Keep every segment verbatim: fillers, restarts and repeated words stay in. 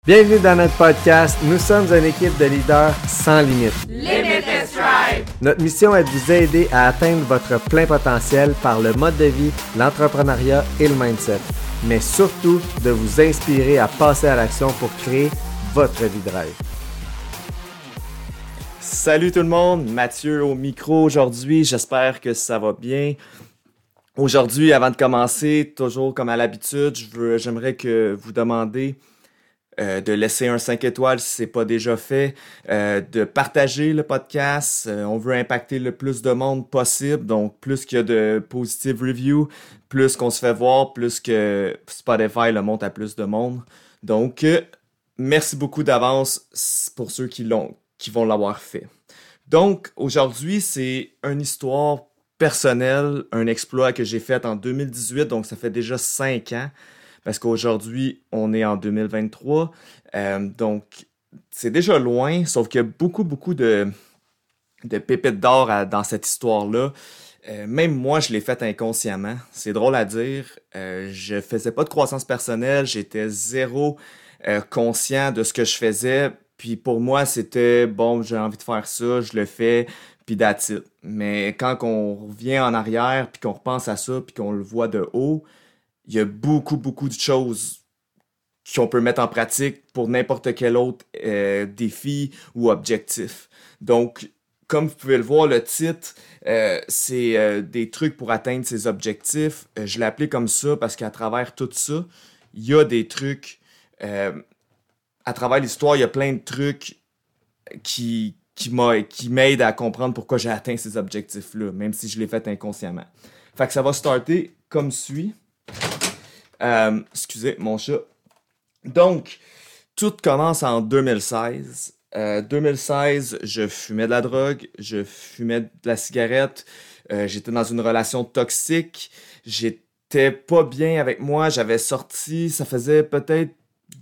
Bienvenue dans notre podcast. Nous sommes une équipe de leaders sans limite. Limitless Drive. Notre mission est de vous aider à atteindre votre plein potentiel par le mode de vie, l'entrepreneuriat et le mindset. Mais surtout, de vous inspirer à passer à l'action pour créer votre vie de rêve. Salut tout le monde, Mathieu au micro aujourd'hui. J'espère que ça va bien. Aujourd'hui, avant de commencer, toujours comme à l'habitude, je veux, j'aimerais que vous demandez Euh, de laisser un cinq étoiles si ce n'est pas déjà fait, euh, de partager le podcast. Euh, on veut impacter le plus de monde possible, donc plus qu'il y a de positive reviews, plus qu'on se fait voir, plus que Spotify le monte à plus de monde. Donc, euh, merci beaucoup d'avance pour ceux qui l'ont, qui vont l'avoir fait. Donc, aujourd'hui, c'est une histoire personnelle, un exploit que j'ai fait en deux mille dix-huit, donc ça fait déjà cinq ans. Parce qu'aujourd'hui, on est en deux mille vingt-trois. Euh, donc, c'est déjà loin, sauf qu'il y a beaucoup, beaucoup de, de pépites d'or à, dans cette histoire-là. Euh, même moi, je l'ai fait inconsciemment. C'est drôle à dire. Euh, je faisais pas de croissance personnelle. J'étais zéro euh, conscient de ce que je faisais. Puis pour moi, c'était, bon, j'ai envie de faire ça, je le fais, puis that's it. Mais quand on revient en arrière, puis qu'on repense à ça, puis qu'on le voit de haut, il y a beaucoup, beaucoup de choses qu'on peut mettre en pratique pour n'importe quel autre euh, défi ou objectif. Donc, comme vous pouvez le voir, le titre, euh, c'est euh, des trucs pour atteindre ses objectifs. Euh, je l'ai appelé comme ça parce qu'à travers tout ça, il y a des trucs, euh, à travers l'histoire, il y a plein de trucs qui, qui, m'a, qui m'aident à comprendre pourquoi j'ai atteint ces objectifs-là, même si je l'ai fait inconsciemment. Fait que ça va starter comme suit. Euh, excusez, mon chat. Donc, tout commence en deux mille seize. Euh, deux mille seize, je fumais de la drogue, je fumais de la cigarette, euh, j'étais dans une relation toxique, j'étais pas bien avec moi, j'avais sorti, ça faisait peut-être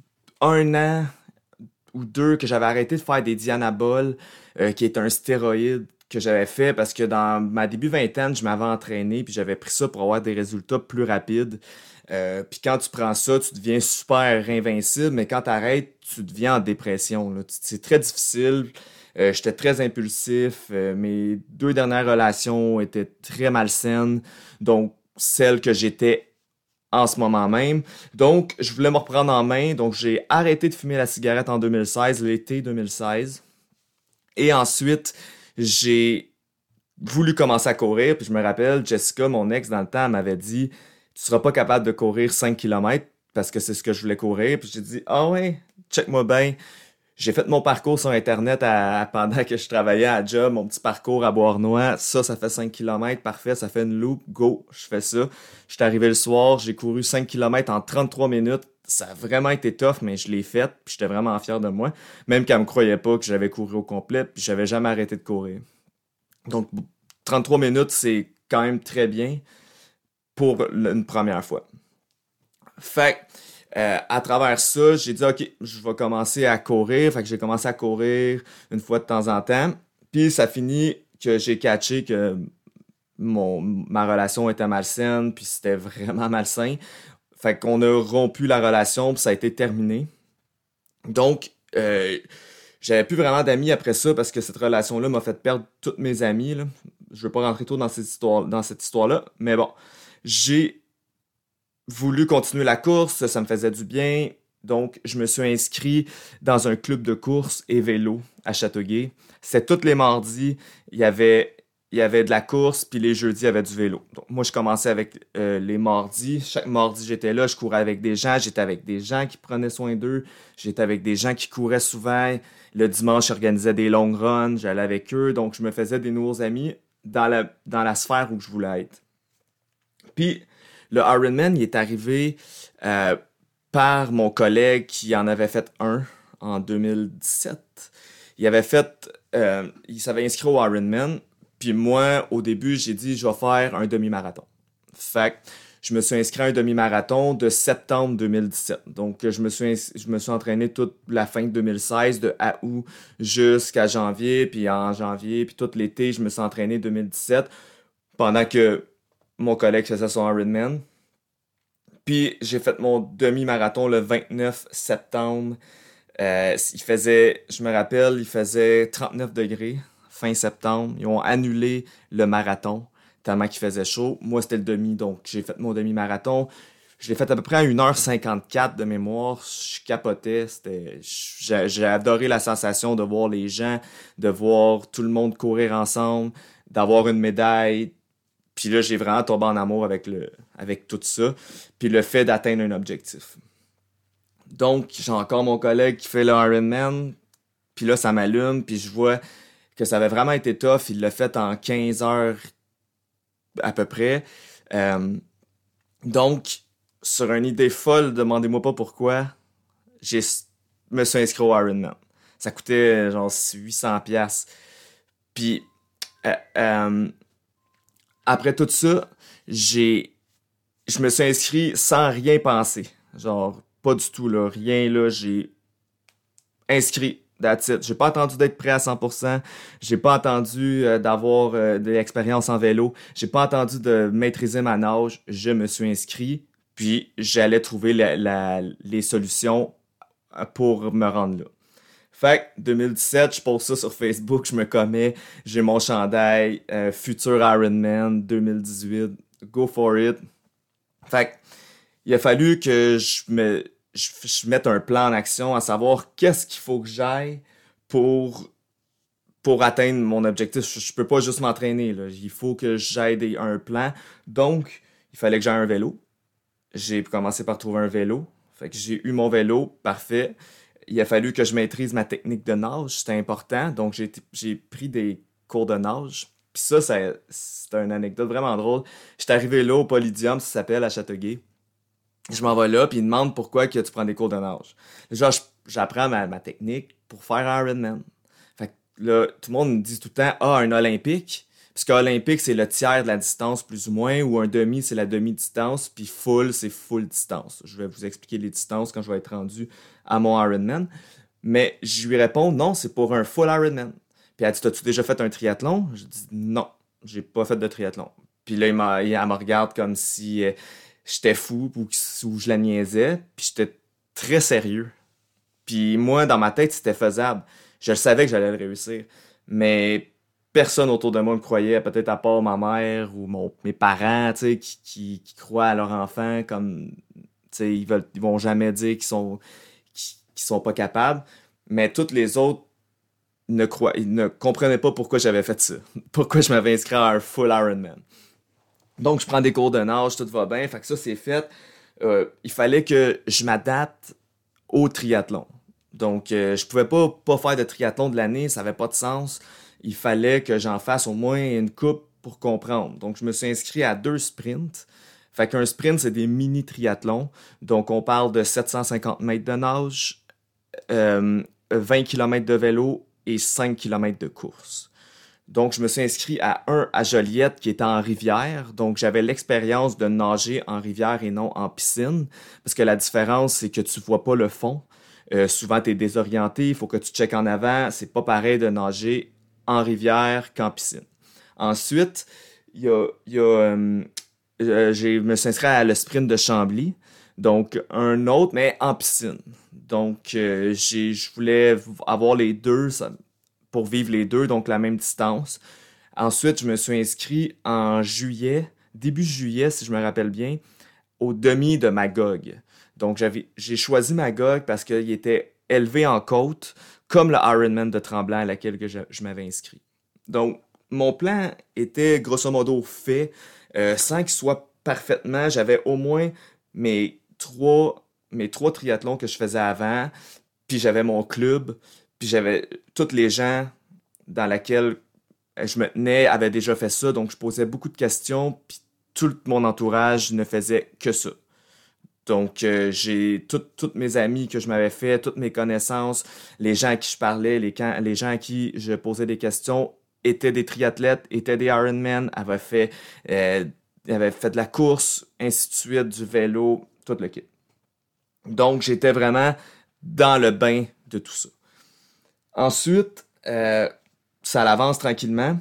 un an ou deux que j'avais arrêté de faire des Dianabol, euh, qui est un stéroïde que j'avais fait parce que dans ma début vingtaine, je m'avais entraîné puis j'avais pris ça pour avoir des résultats plus rapides. Euh, puis quand tu prends ça, tu deviens super invincible, mais quand tu arrêtes, tu deviens en dépression. Là. C'est très difficile. Euh, j'étais très impulsif. Euh, mes deux dernières relations étaient très malsaines. Donc, celle que j'étais en ce moment même. Donc, je voulais me reprendre en main. Donc, j'ai arrêté de fumer la cigarette en deux mille seize, l'été deux mille seize. Et ensuite, j'ai voulu commencer à courir. Puis je me rappelle, Jessica, mon ex, dans le temps, elle m'avait dit « Tu seras pas capable de courir cinq kilomètres parce que c'est ce que je voulais courir. » Puis j'ai dit « Ah ouais, check-moi bien. » J'ai fait mon parcours sur Internet à, à, pendant que je travaillais à job, mon petit parcours à Bois-Arnois. Ça, ça fait cinq kilomètres, parfait, ça fait une loupe, go, je fais ça. Je suis arrivé le soir, j'ai couru cinq kilomètres en trente-trois minutes. Ça a vraiment été tough, mais je l'ai fait, puis j'étais vraiment fier de moi. Même qu'elle me croyait pas que j'avais couru au complet, puis j'avais jamais arrêté de courir. Donc, trente-trois minutes, c'est quand même très bien pour une première fois. Fait Euh, à travers ça, j'ai dit, OK, je vais commencer à courir. Fait que j'ai commencé à courir une fois de temps en temps. Puis ça finit que j'ai catché que mon, ma relation était malsaine, puis c'était vraiment malsain. Fait qu'on a rompu la relation, puis ça a été terminé. Donc, euh, j'avais plus vraiment d'amis après ça, parce que cette relation-là m'a fait perdre toutes mes amis. Là. Je veux pas rentrer trop dans cette histoire, dans cette histoire-là, mais bon, j'ai voulu continuer la course, ça me faisait du bien. Donc, je me suis inscrit dans un club de course et vélo à Châteauguay. C'était tous les mardis, il y avait, il y avait de la course, puis les jeudis, il y avait du vélo. Donc, moi, je commençais avec euh, les mardis. Chaque mardi, j'étais là, je courais avec des gens, j'étais avec des gens qui prenaient soin d'eux, j'étais avec des gens qui couraient souvent. Le dimanche, j'organisais des long runs, j'allais avec eux. Donc, je me faisais des nouveaux amis dans la, dans la sphère où je voulais être. Puis, le Ironman, il est arrivé euh, par mon collègue qui en avait fait un en deux mille dix-sept. Il avait fait, euh, il s'avait inscrit au Ironman. Puis moi, au début, j'ai dit, je vais faire un demi-marathon. Fait que je me suis inscrit à un demi-marathon de septembre deux mille dix-sept. Donc, je me suis, ins- je me suis entraîné toute la fin de deux mille seize, de août jusqu'à janvier. Puis en janvier, puis tout l'été, je me suis entraîné deux mille dix-sept. Pendant que mon collègue faisait son Ironman. Puis j'ai fait mon demi-marathon le vingt-neuf septembre Euh, il faisait, je me rappelle, il faisait trente-neuf degrés fin septembre. Ils ont annulé le marathon tellement qu'il faisait chaud. Moi, c'était le demi, donc j'ai fait mon demi-marathon. Je l'ai fait à peu près à une heure cinquante-quatre de mémoire. Je capotais. C'était, j'ai, j'ai adoré la sensation de voir les gens, de voir tout le monde courir ensemble, d'avoir une médaille. Puis là, j'ai vraiment tombé en amour avec, le, avec tout ça. Puis le fait d'atteindre un objectif. Donc, j'ai encore mon collègue qui fait le Ironman. Puis là, ça m'allume. Puis je vois que ça avait vraiment été tough. Il l'a fait en quinze heures à peu près. Euh, donc, sur une idée folle, demandez-moi pas pourquoi, j'ai me suis inscrit au Ironman. Ça coûtait genre huit cents piastres. Puis, euh, euh, après tout ça, j'ai je me suis inscrit sans rien penser. Genre, pas du tout, là. Rien, là. J'ai inscrit. That's it. J'ai pas attendu d'être prêt à cent pour cent. J'ai pas attendu euh, d'avoir euh, de l'expérience en vélo. J'ai pas attendu de maîtriser ma nage. Je me suis inscrit. Puis, j'allais trouver la, la, les solutions pour me rendre là. Fait que deux mille dix-sept, je pose ça sur Facebook, je me commets, j'ai mon chandail, euh, futur Ironman deux mille dix-huit, go for it. Fait que, il a fallu que je me, je, je mette un plan en action, à savoir qu'est-ce qu'il faut que j'aille pour, pour atteindre mon objectif. Je, je peux pas juste m'entraîner, là. Il faut que j'aille des, un plan. Donc, il fallait que j'aie un vélo. J'ai commencé par trouver un vélo. Fait que j'ai eu mon vélo, parfait. Il a fallu que je maîtrise ma technique de nage, c'était important. Donc, j'ai, j'ai pris des cours de nage. Puis ça, ça, c'est une anecdote vraiment drôle. J'étais arrivé là au Polydium, ça s'appelle, à Châteauguay. Je m'en vais là, puis ils me demandent pourquoi que tu prends des cours de nage. Genre, j'apprends ma, ma technique pour faire un Ironman. Fait que là, tout le monde me dit tout le temps, ah, un olympique. Puisque olympique, c'est le tiers de la distance, plus ou moins, ou un demi, c'est la demi-distance, puis full, c'est full distance. Je vais vous expliquer les distances quand je vais être rendu à mon Ironman. Mais je lui réponds, non, c'est pour un full Ironman. Puis elle dit, t'as-tu déjà fait un triathlon? Je dis, non, j'ai pas fait de triathlon. Puis là, il m'a, elle me regarde comme si euh, j'étais fou ou, ou je la niaisais. Puis j'étais très sérieux. Puis moi, dans ma tête, c'était faisable. Je savais que j'allais le réussir. Mais personne autour de moi me croyait, peut-être à part ma mère ou mon, mes parents, tu sais, qui, qui, qui croient à leur enfant comme, tu sais, ils veulent, ils vont jamais dire qu'ils sont, qu'ils, qu'ils sont pas capables. Mais toutes les autres ne croient, ils ne comprenaient pas pourquoi j'avais fait ça. Pourquoi je m'avais inscrit à un full Ironman. Donc, je prends des cours de nage, tout va bien. Fait que ça, c'est fait. Euh, il fallait que je m'adapte au triathlon. Donc, euh, je pouvais pas, pas faire de triathlon de l'année, ça avait pas de sens. Il fallait que j'en fasse au moins une coupe pour comprendre. Donc, je me suis inscrit à deux sprints. Fait qu'un sprint, c'est des mini-triathlons. Donc, on parle de sept cent cinquante mètres de nage, euh, vingt kilomètres de vélo et cinq kilomètres de course. Donc, je me suis inscrit à un à Joliette qui était en rivière. Donc, j'avais l'expérience de nager en rivière et non en piscine. Parce que la différence, c'est que tu vois pas le fond. Euh, souvent, tu es désorienté, il faut que tu checkes en avant. C'est pas pareil de nager en rivière qu'en piscine. Ensuite, il y a, il y a euh, euh, j'ai me suis inscrit à le sprint de Chambly, donc un autre, mais en piscine. Donc, euh, j'ai, je voulais avoir les deux ça, pour vivre les deux, donc la même distance. Ensuite, je me suis inscrit en juillet, début juillet, si je me rappelle bien, au demi de Magog. Donc, j'avais, j'ai choisi Magog parce qu'il était élevé en côte, comme le Ironman de Tremblant à laquelle que je, je m'avais inscrit. Donc, mon plan était grosso modo fait, euh, sans qu'il soit parfaitement. J'avais au moins mes trois, mes trois triathlons que je faisais avant, puis j'avais mon club, puis j'avais tous les gens dans lesquels je me tenais avaient déjà fait ça, donc je posais beaucoup de questions, puis tout mon entourage ne faisait que ça. Donc, euh, j'ai toutes mes amis que je m'avais fait, toutes mes connaissances, les gens à qui je parlais, les, can- les gens à qui je posais des questions étaient des triathlètes, étaient des Ironman, avaient fait, euh, avaient fait de la course, ainsi de suite, du vélo, tout le kit. Donc, j'étais vraiment dans le bain de tout ça. Ensuite, euh, ça avance tranquillement.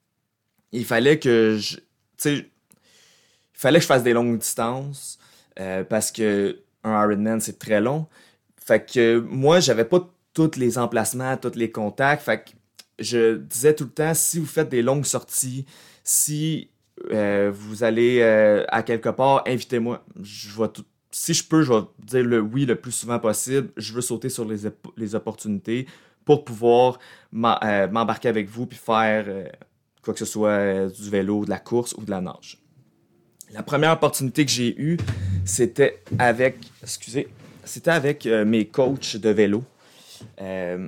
Il fallait que je, tu sais, il fallait que je fasse des longues distances. Euh, parce que un Ironman, c'est très long. Fait que moi, j'avais pas tous les emplacements, tous les contacts. Fait que je disais tout le temps, si vous faites des longues sorties, si euh, vous allez euh, à quelque part, invitez-moi. Je vais tout, si je peux, je vais dire le oui le plus souvent possible. Je veux sauter sur les, ép- les opportunités pour pouvoir m'en- euh, m'embarquer avec vous puis faire euh, quoi que ce soit euh, du vélo, de la course ou de la nage. La première opportunité que j'ai eue, c'était avec, excusez, c'était avec euh, mes coachs de vélo. Euh,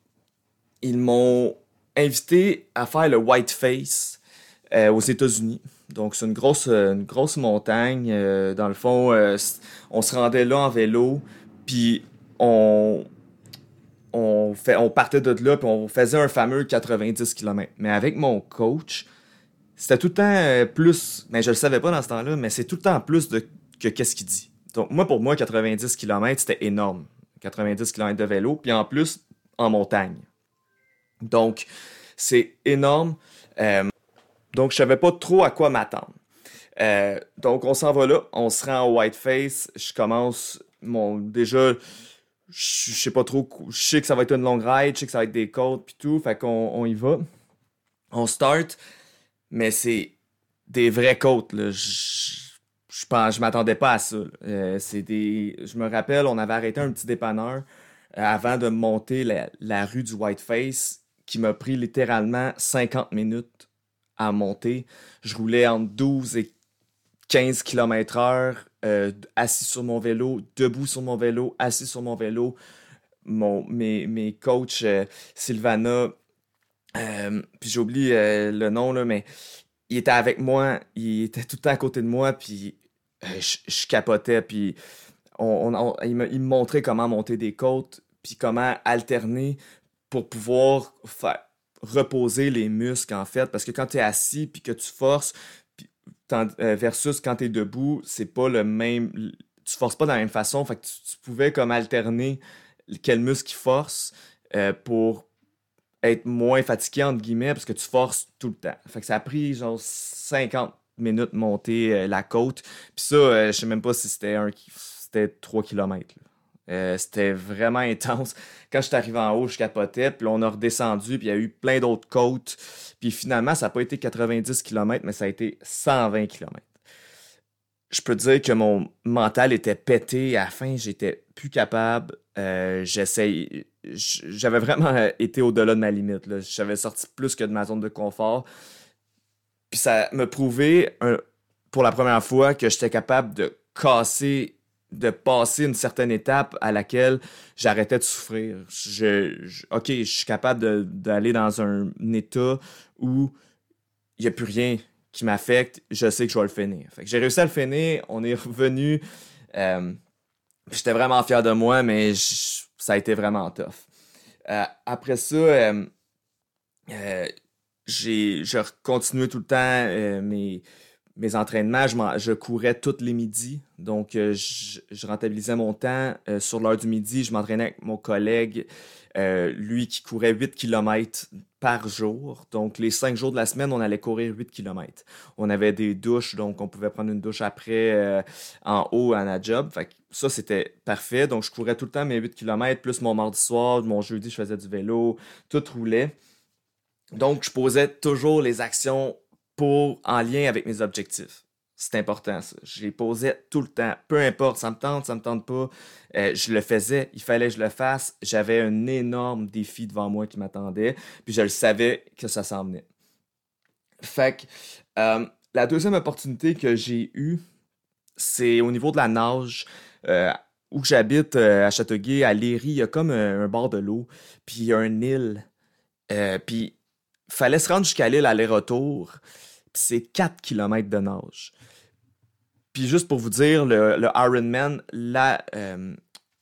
ils m'ont invité à faire le White Face euh, aux États-Unis. Donc, c'est une grosse, euh, une grosse montagne. Euh, dans le fond, euh, on se rendait là en vélo, puis on, on, fait, on partait de là, puis on faisait un fameux quatre-vingt-dix kilomètres. Mais avec mon coach, c'était tout le temps euh, plus, mais je le savais pas dans ce temps-là, mais c'est tout le temps plus de, que qu'est-ce qu'il dit. Donc, moi, pour moi, quatre-vingt-dix kilomètres, c'était énorme. quatre-vingt-dix kilomètres de vélo, puis en plus, en montagne. Donc, c'est énorme. Euh, donc, je savais pas trop à quoi m'attendre. Euh, donc, on s'en va là. On se rend au Whiteface. Je commence mon... Déjà, je sais pas trop... Je sais que ça va être une longue ride. Je sais que ça va être des côtes puis tout. Fait qu'on on y va. On start. Mais c'est des vraies côtes, là. Je... Je pense, je m'attendais pas à ça. Euh, c'est des... Je me rappelle, on avait arrêté un petit dépanneur euh, avant de monter la, la rue du Whiteface qui m'a pris littéralement cinquante minutes à monter. Je roulais entre douze et quinze kilomètres heure, euh, assis sur mon vélo, debout sur mon vélo, assis sur mon vélo. Mon, mes, mes coachs, euh, Sylvana, euh, puis j'oublie euh, le nom, là, mais il était avec moi, il était tout le temps à côté de moi, puis euh, je, je capotais, puis on, on, on- il, me, il me montrait comment monter des côtes, puis comment alterner pour pouvoir faire reposer les muscles, en fait, parce que quand tu es assis, puis que tu forces, puis, tant- euh, versus quand tu es debout, c'est pas le même, tu forces pas de la même façon, fait que tu, tu pouvais comme alterner quel muscle qui force euh, pour être moins fatigué, entre guillemets, parce que tu forces tout le temps. Fait que ça a pris genre cinquante minutes monter euh, la côte. Puis ça, euh, je sais même pas si c'était un ki- c'était trois kilomètres. Euh, c'était vraiment intense. Quand je suis arrivé en haut, je capotais, puis là, on a redescendu, puis il y a eu plein d'autres côtes. Puis finalement, ça n'a pas été quatre-vingt-dix kilomètres, mais ça a été cent vingt kilomètres. Je peux te dire que mon mental était pété. À la fin, j'étais plus capable. Euh, j'essaye. J'avais vraiment euh, été au-delà de ma limite, là. J'avais sorti plus que de ma zone de confort. Puis ça me prouvait un- pour la première fois que j'étais capable de casser, de passer une certaine étape à laquelle j'arrêtais de souffrir. Je, je- ok, je suis capable de- d'aller dans un état où il n'y a plus rien qui m'affecte, je sais que je vais le finir. Fait que j'ai réussi à le finir, on est revenu. euh, J'étais vraiment fier de moi, mais j- ça a été vraiment tough. Euh, après ça, euh, euh, j'ai, je continuais tout le temps euh, mes, mes entraînements. Je, m'en- je courais tous les midis. Donc, euh, je, je rentabilisais mon temps. Euh, sur l'heure du midi, je m'entraînais avec mon collègue, euh, lui qui courait huit kilomètres par jour. Donc, les cinq jours de la semaine, on allait courir huit kilomètres. On avait des douches, donc on pouvait prendre une douche après euh, en haut à la job. Fait que ça, c'était parfait. Donc, je courais tout le temps mes huit kilomètres, plus mon mardi soir, mon jeudi, je faisais du vélo. Tout roulait. Donc, je posais toujours les actions pour en lien avec mes objectifs. C'est important, ça. Je les posais tout le temps. Peu importe, ça me tente, ça me tente pas. Euh, je le faisais, il fallait que je le fasse. J'avais un énorme défi devant moi qui m'attendait, puis je le savais que ça s'en venait. Fait que euh, la deuxième opportunité que j'ai eue, c'est au niveau de la nage. Euh, où j'habite, euh, à Châteauguay, à Léry, il y a comme un, un bord de l'eau, puis il y a un île. Euh, puis fallait se rendre jusqu'à l'île aller-retour. Puis c'est quatre kilomètres de nage. Puis juste pour vous dire, le, le Ironman, la, euh,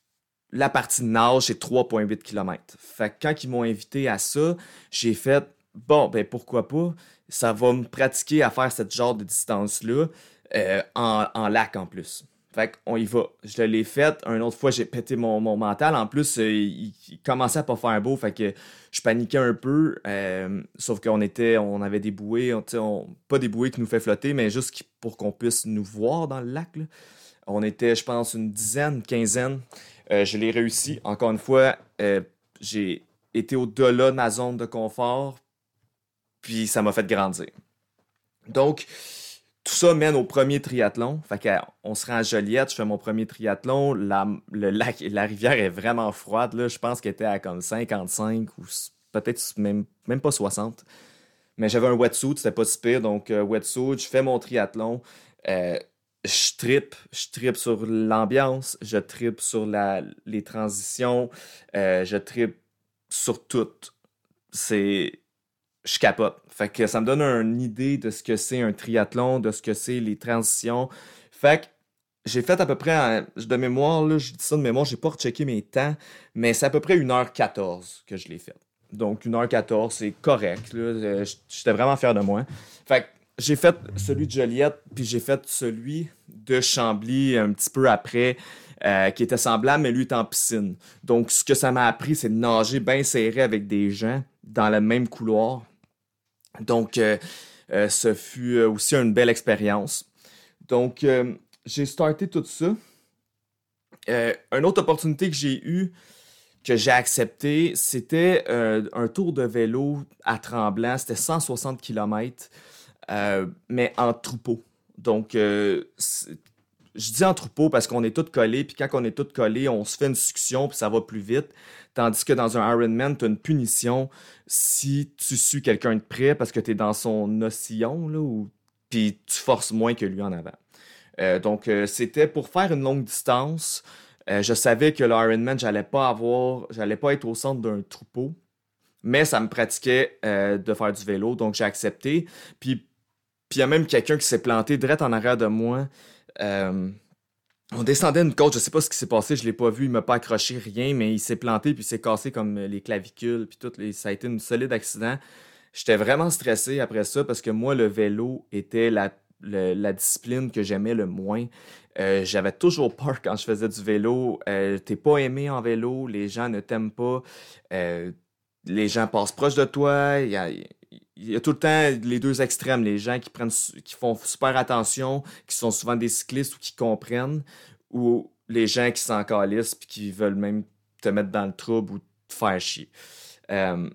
la partie de nage, c'est trois virgule huit kilomètres. Fait que quand ils m'ont invité à ça, j'ai fait, bon, ben pourquoi pas, ça va me pratiquer à faire ce genre de distance-là euh, en, en lac en plus. Fait qu'on y va. Je l'ai fait. Une autre fois, j'ai pété mon, mon mental. En plus, euh, il, il commençait à pas faire beau. Fait que je paniquais un peu. Euh, sauf qu'on était, on avait des bouées. On, tu sais, on- pas des bouées qui nous fait flotter, mais juste qui- pour qu'on puisse nous voir dans le lac, là. On était, je pense, une dizaine, une quinzaine. Euh, je l'ai réussi. Encore une fois, euh, j'ai été au-delà de ma zone de confort, puis ça m'a fait grandir. Donc, tout ça mène au premier triathlon. Fait qu'on se rend à Joliette, je fais mon premier triathlon. La, le lac, la rivière est vraiment froide, là. Je pense qu'elle était à comme cinquante-cinq ou peut-être même, même pas soixante. Mais j'avais un wetsuit, c'était pas si pire. Donc, euh, wetsuit, je fais mon triathlon. Euh, je trippe, je trippe sur l'ambiance, je trippe sur la, les transitions, euh, je trippe sur tout. C'est... Je capote. Fait que ça me donne une idée de ce que c'est un triathlon, de ce que c'est les transitions. Fait que j'ai fait à peu près, un- de mémoire, là, je dis ça de mémoire, j'ai pas rechecké mes temps, mais c'est à peu près une heure quatorze que je l'ai fait. Donc une heure quatorze, c'est correct, là. Euh, j- J'étais vraiment fier de moi. Fait que j'ai fait celui de Joliette, puis j'ai fait celui de Chambly un petit peu après, euh, qui était semblable, mais lui était en piscine. Donc ce que ça m'a appris, c'est de nager bien serré avec des gens dans le même couloir. Donc, euh, euh, ce fut euh, aussi une belle expérience. Donc, euh, j'ai starté tout ça. Euh, une autre opportunité que j'ai eue, que j'ai acceptée, c'était euh, un tour de vélo à Tremblant. C'était cent soixante kilomètres, euh, mais en troupeau. Donc, euh, c'est- je dis en troupeau parce qu'on est tous collés, puis quand on est tous collés, on se fait une succion, puis ça va plus vite. Tandis que dans un Ironman, tu as une punition si tu suis quelqu'un de près parce que tu es dans son oscillon, là, ou... puis tu forces moins que lui en avant. Euh, donc, euh, c'était pour faire une longue distance. Euh, je savais que le Ironman, j'allais pas avoir, j'allais pas être au centre d'un troupeau, mais ça me pratiquait euh, de faire du vélo, donc j'ai accepté. Puis, puis il y a même quelqu'un qui s'est planté direct en arrière de moi. Euh, on descendait une côte, je sais pas ce qui s'est passé, je l'ai pas vu, il m'a pas accroché rien, mais il s'est planté puis il s'est cassé comme les clavicules puis tout, les- ça a été un solide accident. J'étais vraiment stressé après ça parce que moi le vélo était la, le- la discipline que j'aimais le moins. Euh, j'avais toujours peur quand je faisais du vélo. Euh, t'es pas aimé en vélo, les gens ne t'aiment pas, euh, les gens passent proche de toi. Il y a, il y a tout le temps les deux extrêmes, les gens qui prennent, su- qui font super attention, qui sont souvent des cyclistes ou qui comprennent, ou les gens qui s'en calissent puis qui veulent même te mettre dans le trouble ou te faire chier. Euh,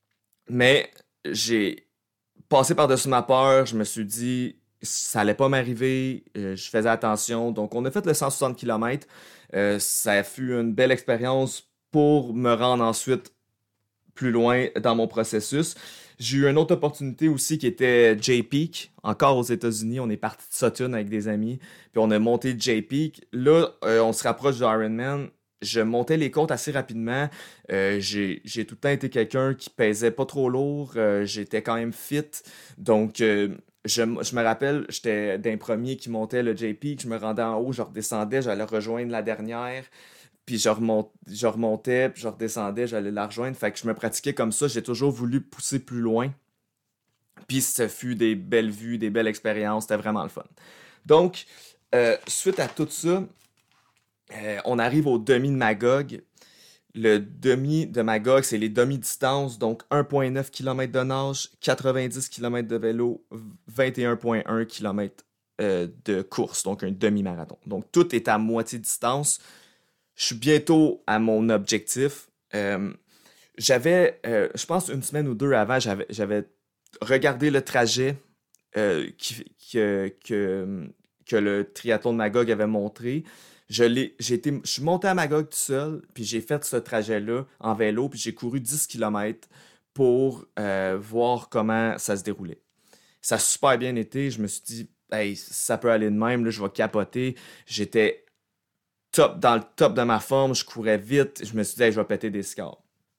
mais j'ai passé par-dessus ma peur, je me suis dit ça allait pas m'arriver, euh, je faisais attention. Donc on a fait le cent soixante kilomètres. Euh, ça fut une belle expérience pour me rendre ensuite plus loin dans mon processus. J'ai eu une autre opportunité aussi qui était J-Peak, encore aux États-Unis. On est parti de Sutton avec des amis, puis on a monté J-Peak. Là, euh, on se rapproche de Ironman. Je montais les côtes assez rapidement. Euh, j'ai, j'ai tout le temps été quelqu'un qui pesait pas trop lourd. Euh, j'étais quand même fit. Donc, euh, je, je me rappelle, j'étais d'un premier qui montait le J-Peak. Je me rendais en haut, je redescendais, j'allais rejoindre la dernière. Puis je, remont- je remontais, puis je redescendais, j'allais la rejoindre. Fait que je me pratiquais comme ça. J'ai toujours voulu pousser plus loin. Puis ça fut des belles vues, des belles expériences. C'était vraiment le fun. Donc, euh, suite à tout ça, euh, on arrive au demi de Magog. Le demi de Magog, c'est les demi-distances. Donc, un virgule neuf kilomètres de nage, quatre-vingt-dix kilomètres de vélo, vingt et un virgule un kilomètres euh, de course. Donc, un demi-marathon. Donc, tout est à moitié distance. Je suis bientôt à mon objectif. Euh, j'avais, euh, je pense, une semaine ou deux avant, j'avais, j'avais regardé le trajet euh, qui- que, que, que le triathlon de Magog avait montré. Je l'ai, j'ai été, je suis monté à Magog tout seul, puis j'ai fait ce trajet-là en vélo, puis j'ai couru dix kilomètres pour euh, voir comment ça se déroulait. Ça a super bien été. Je me suis dit, hey, ça peut aller de même, là, je vais capoter. J'étais top, dans le top de ma forme, je courais vite, je me suis dit, hey, je vais péter des scores.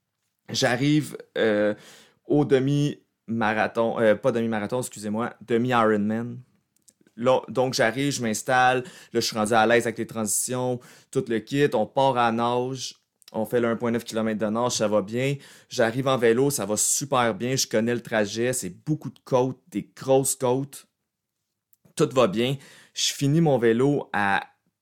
J'arrive euh, au demi-marathon, euh, pas demi-marathon, excusez-moi, demi-Ironman. Là, donc j'arrive, je m'installe, là je suis rendu à l'aise avec les transitions, tout le kit, on part à nage, on fait le un virgule neuf kilomètres de nage, ça va bien. J'arrive en vélo, ça va super bien, je connais le trajet, c'est beaucoup de côtes, des grosses côtes, tout va bien. Je finis mon vélo à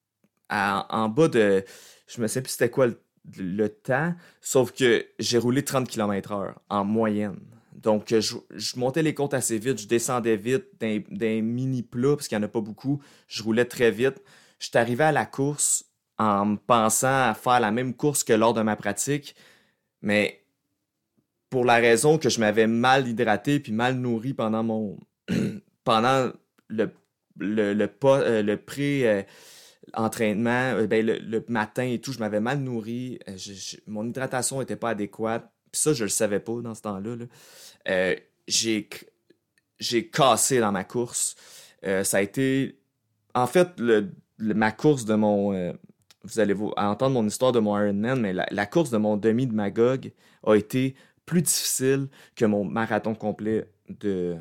à- en bas de... Je me sais plus c'était quoi le, le temps, sauf que j'ai roulé trente kilomètres heure en moyenne. Donc, euh, je, je montais les côtes assez vite, je descendais vite d'un, d'un mini plat, parce qu'il n'y en a pas beaucoup. Je roulais très vite. je suis arrivé à la course en me pensant à faire la même course que lors de ma pratique, mais pour la raison que je m'avais mal hydraté puis mal nourri pendant mon pendant le le le, pas, euh, le pré euh, entraînement, euh, ben le, le matin et tout, je m'avais mal nourri, euh, je- je- mon hydratation était pas adéquate, puis ça je le savais pas dans ce temps-là, là. Euh, j'ai j'ai cassé dans ma course. Euh, ça a été en fait le, le- ma course de mon euh, vous allez vous entendre mon histoire de mon Ironman, mais la, la course de mon demi de Magog a été plus difficile que mon marathon complet de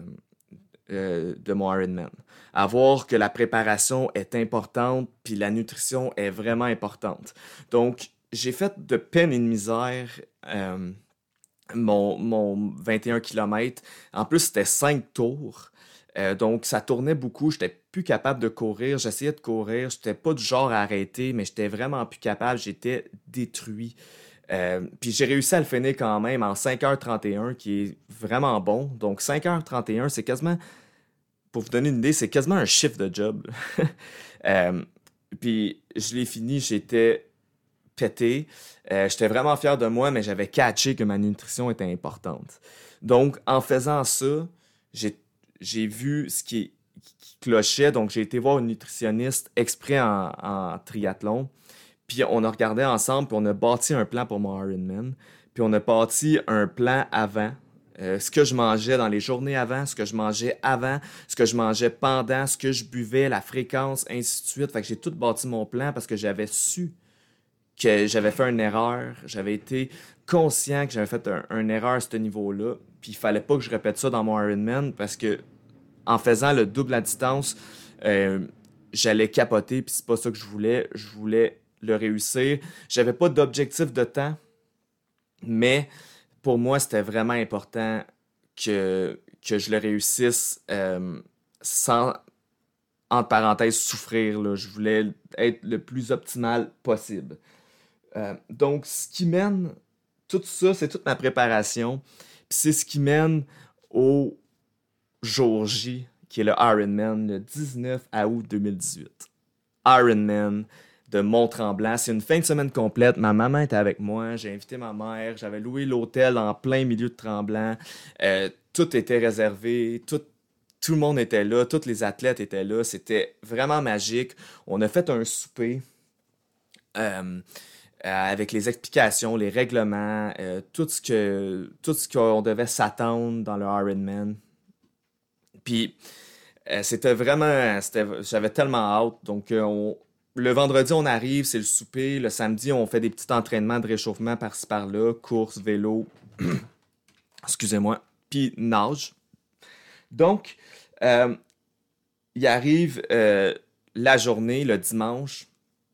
euh, de mon Ironman. À voir que la préparation est importante, puis la nutrition est vraiment importante. Donc, j'ai fait de peine et de misère euh, mon, mon vingt et un kilomètres. En plus, c'était cinq tours. Euh, donc, ça tournait beaucoup. J'étais plus capable de courir. J'essayais de courir. J'étais pas du genre à arrêter, mais j'étais vraiment plus capable. J'étais détruit. Euh, puis j'ai réussi à le finir quand même en cinq heures trente et un, qui est vraiment bon. Donc, cinq heures trente et un, c'est quasiment pour vous donner une idée, c'est quasiment un chiffre de job. euh, puis je l'ai fini, j'étais pété. Euh, j'étais vraiment fier de moi, mais j'avais catché que ma nutrition était importante. Donc, en faisant ça, j'ai, j'ai vu ce qui, qui clochait. Donc, j'ai été voir une nutritionniste exprès en, en triathlon. Puis on a regardé ensemble, puis on a bâti un plan pour mon Ironman. Puis on a bâti un plan avant. Euh, ce que je mangeais dans les journées avant, ce que je mangeais avant, ce que je mangeais pendant, ce que je buvais, la fréquence, ainsi de suite. Fait que j'ai tout bâti mon plan parce que j'avais su que j'avais fait une erreur. J'avais été conscient que j'avais fait un, une erreur à ce niveau-là. Puis il fallait pas que je répète ça dans mon Ironman parce que en faisant le double à distance, euh, j'allais capoter, puis c'est pas ça que je voulais. Je voulais le réussir. J'avais pas d'objectif de temps, mais pour moi, c'était vraiment important que, que je le réussisse euh, sans, entre parenthèses, souffrir, là. Je voulais être le plus optimal possible. Euh, donc, ce qui mène, tout ça, c'est toute ma préparation. Puis c'est ce qui mène au jour J, qui est le Ironman, le dix-neuf août deux mille dix-huit. Ironman de Mont-Tremblant. C'est une fin de semaine complète. Ma maman était avec moi. J'ai invité ma mère. J'avais loué l'hôtel en plein milieu de Tremblant. Euh, tout était réservé. Tout, tout le monde était là. Tous les athlètes étaient là. C'était vraiment magique. On a fait un souper. Euh, euh, avec les explications, les règlements, euh, tout ce que tout ce qu'on devait s'attendre dans le Ironman. Puis euh, c'était vraiment, c'était, j'avais tellement hâte. Donc euh, on, le vendredi on arrive, c'est le souper. Le samedi on fait des petits entraînements de réchauffement par-ci par-là, course, vélo, excusez-moi, puis nage. Donc euh, il arrive euh, la journée, le dimanche.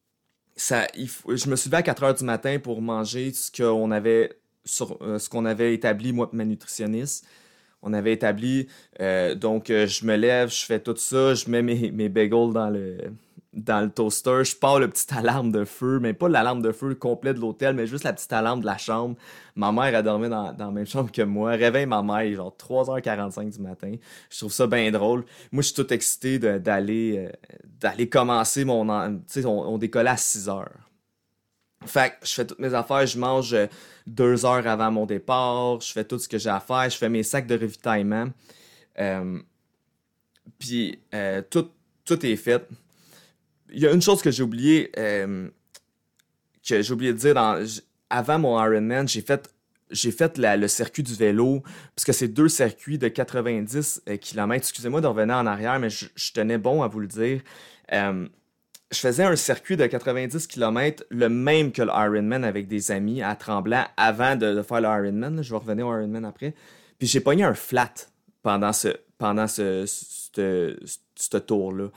Ça, il faut- je me suis levé à quatre heures du matin pour manger ce qu'on avait, sur, euh, ce qu'on avait établi, moi et ma nutritionniste. On avait établi, euh, donc euh, je me lève, je fais tout ça, je mets mes, mes bagels dans le, dans le toaster, je pars le petit alarme de feu, mais pas l'alarme de feu complet de l'hôtel, mais juste la petite alarme de la chambre. Ma mère, elle dormait dans, dans la même chambre que moi. Réveille ma mère, genre trois heures quarante-cinq du matin. Je trouve ça bien drôle. Moi, je suis tout excité de- d'aller euh, d'aller commencer mon... en- Tu sais, on, on décollait à six heures. Fait que je fais toutes mes affaires, je mange euh, deux heures avant mon départ, je fais tout ce que j'ai à faire, je fais mes sacs de ravitaillement. Euh, Puis euh, tout, tout est fait. Il y a une chose que j'ai oublié, euh, que j'ai oublié de dire dans, j- avant mon Ironman, j'ai fait, j'ai fait la- le circuit du vélo, parce que c'est deux circuits de quatre-vingt-dix kilomètres. Excusez-moi de revenir en arrière, mais je, je tenais bon à vous le dire. Euh, je faisais un circuit de quatre-vingt-dix kilomètres, le même que le Ironman avec des amis à Tremblant avant de, de faire le Ironman. Là. Je vais revenir au Ironman après. Puis j'ai pogné un flat pendant ce, pendant ce, ce, ce, ce tour-là.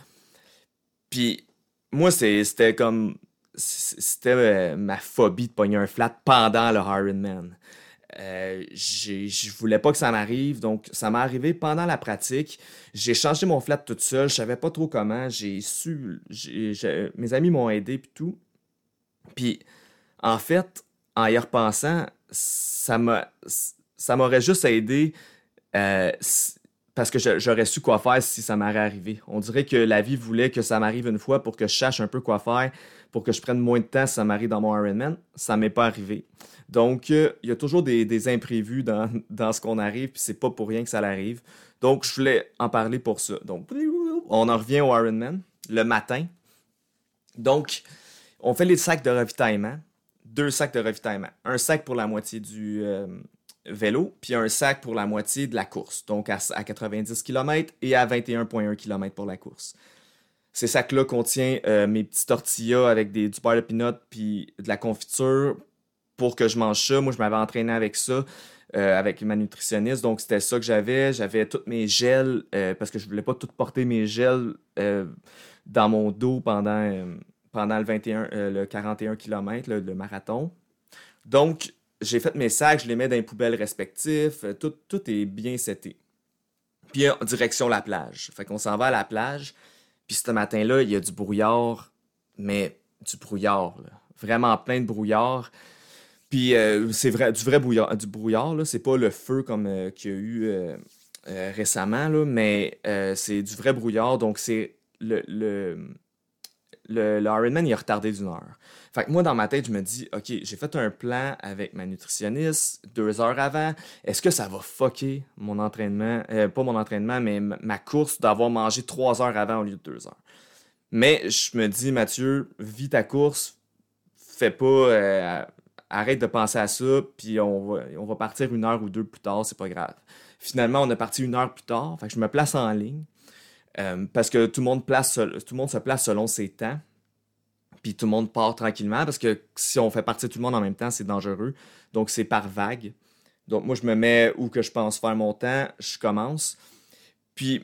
Puis moi, c'est- c'était comme... C'était euh, ma phobie de pogner un flat pendant le Ironman. Euh, j'ai- je voulais pas que ça m'arrive, donc ça m'est arrivé pendant la pratique. J'ai changé mon flat toute seule, je savais pas trop comment. J'ai su, j'ai- j'ai- mes amis m'ont aidé puis tout. Puis en fait, en y repensant, ça m'a, ça m'aurait juste aidé euh, s- parce que je- j'aurais su quoi faire si ça m'aurait arrivé. On dirait que la vie voulait que ça m'arrive une fois pour que je sache un peu quoi faire, pour que je prenne moins de temps si ça m'arrive dans mon Ironman. Ça m'est pas arrivé. Donc, euh, il y a toujours des, des imprévus dans, dans ce qu'on arrive, puis c'est pas pour rien que ça l'arrive. Donc, je voulais en parler pour ça. Donc, on en revient au Ironman le matin. Donc, on fait les sacs de ravitaillement. Deux sacs de ravitaillement. Un sac pour la moitié du euh, vélo, puis un sac pour la moitié de la course. Donc, à, à quatre-vingt-dix kilomètres et à vingt et un virgule un kilomètres pour la course. Ces sacs-là contiennent euh, mes petits tortillas avec des, du beurre de peanut puis de la confiture pour que je mange ça. Moi, je m'avais entraîné avec ça, euh, avec ma nutritionniste. Donc, c'était ça que j'avais. J'avais tous mes gels, euh, parce que je voulais pas tout porter mes gels euh, dans mon dos pendant, euh, pendant le, vingt et un, euh, le quarante et un kilomètres, le, le marathon. Donc, j'ai fait mes sacs, je les mets dans les poubelles respectives. euh, Tout, tout est bien seté. Puis, en direction la plage. Fait qu'on s'en va à la plage. Puis, ce matin-là, il y a du brouillard, mais du brouillard, là. Vraiment plein de brouillard. Puis euh, c'est vrai, du vrai brouillard, du brouillard, là. C'est pas le feu comme euh, qu'il y a eu euh, euh, récemment, là, mais euh, c'est du vrai brouillard. Donc c'est le, le, le, le Ironman, il est retardé d'une heure. Fait que moi, dans ma tête, je me dis, OK, j'ai fait un plan avec ma nutritionniste deux heures avant. Est-ce que ça va fucker mon entraînement? Euh, pas mon entraînement, mais m- ma course d'avoir mangé trois heures avant au lieu de deux heures. Mais je me dis, Mathieu, vis ta course, fais pas... euh, arrête de penser à ça, puis on va, on va partir une heure ou deux plus tard, c'est pas grave. Finalement, on a parti une heure plus tard, fait que je me place en ligne, euh, parce que tout le monde place, tout le monde se place selon ses temps, puis tout le monde part tranquillement, parce que si on fait partir tout le monde en même temps, c'est dangereux, donc c'est par vague. Donc moi, je me mets où que je pense faire mon temps, je commence. Puis,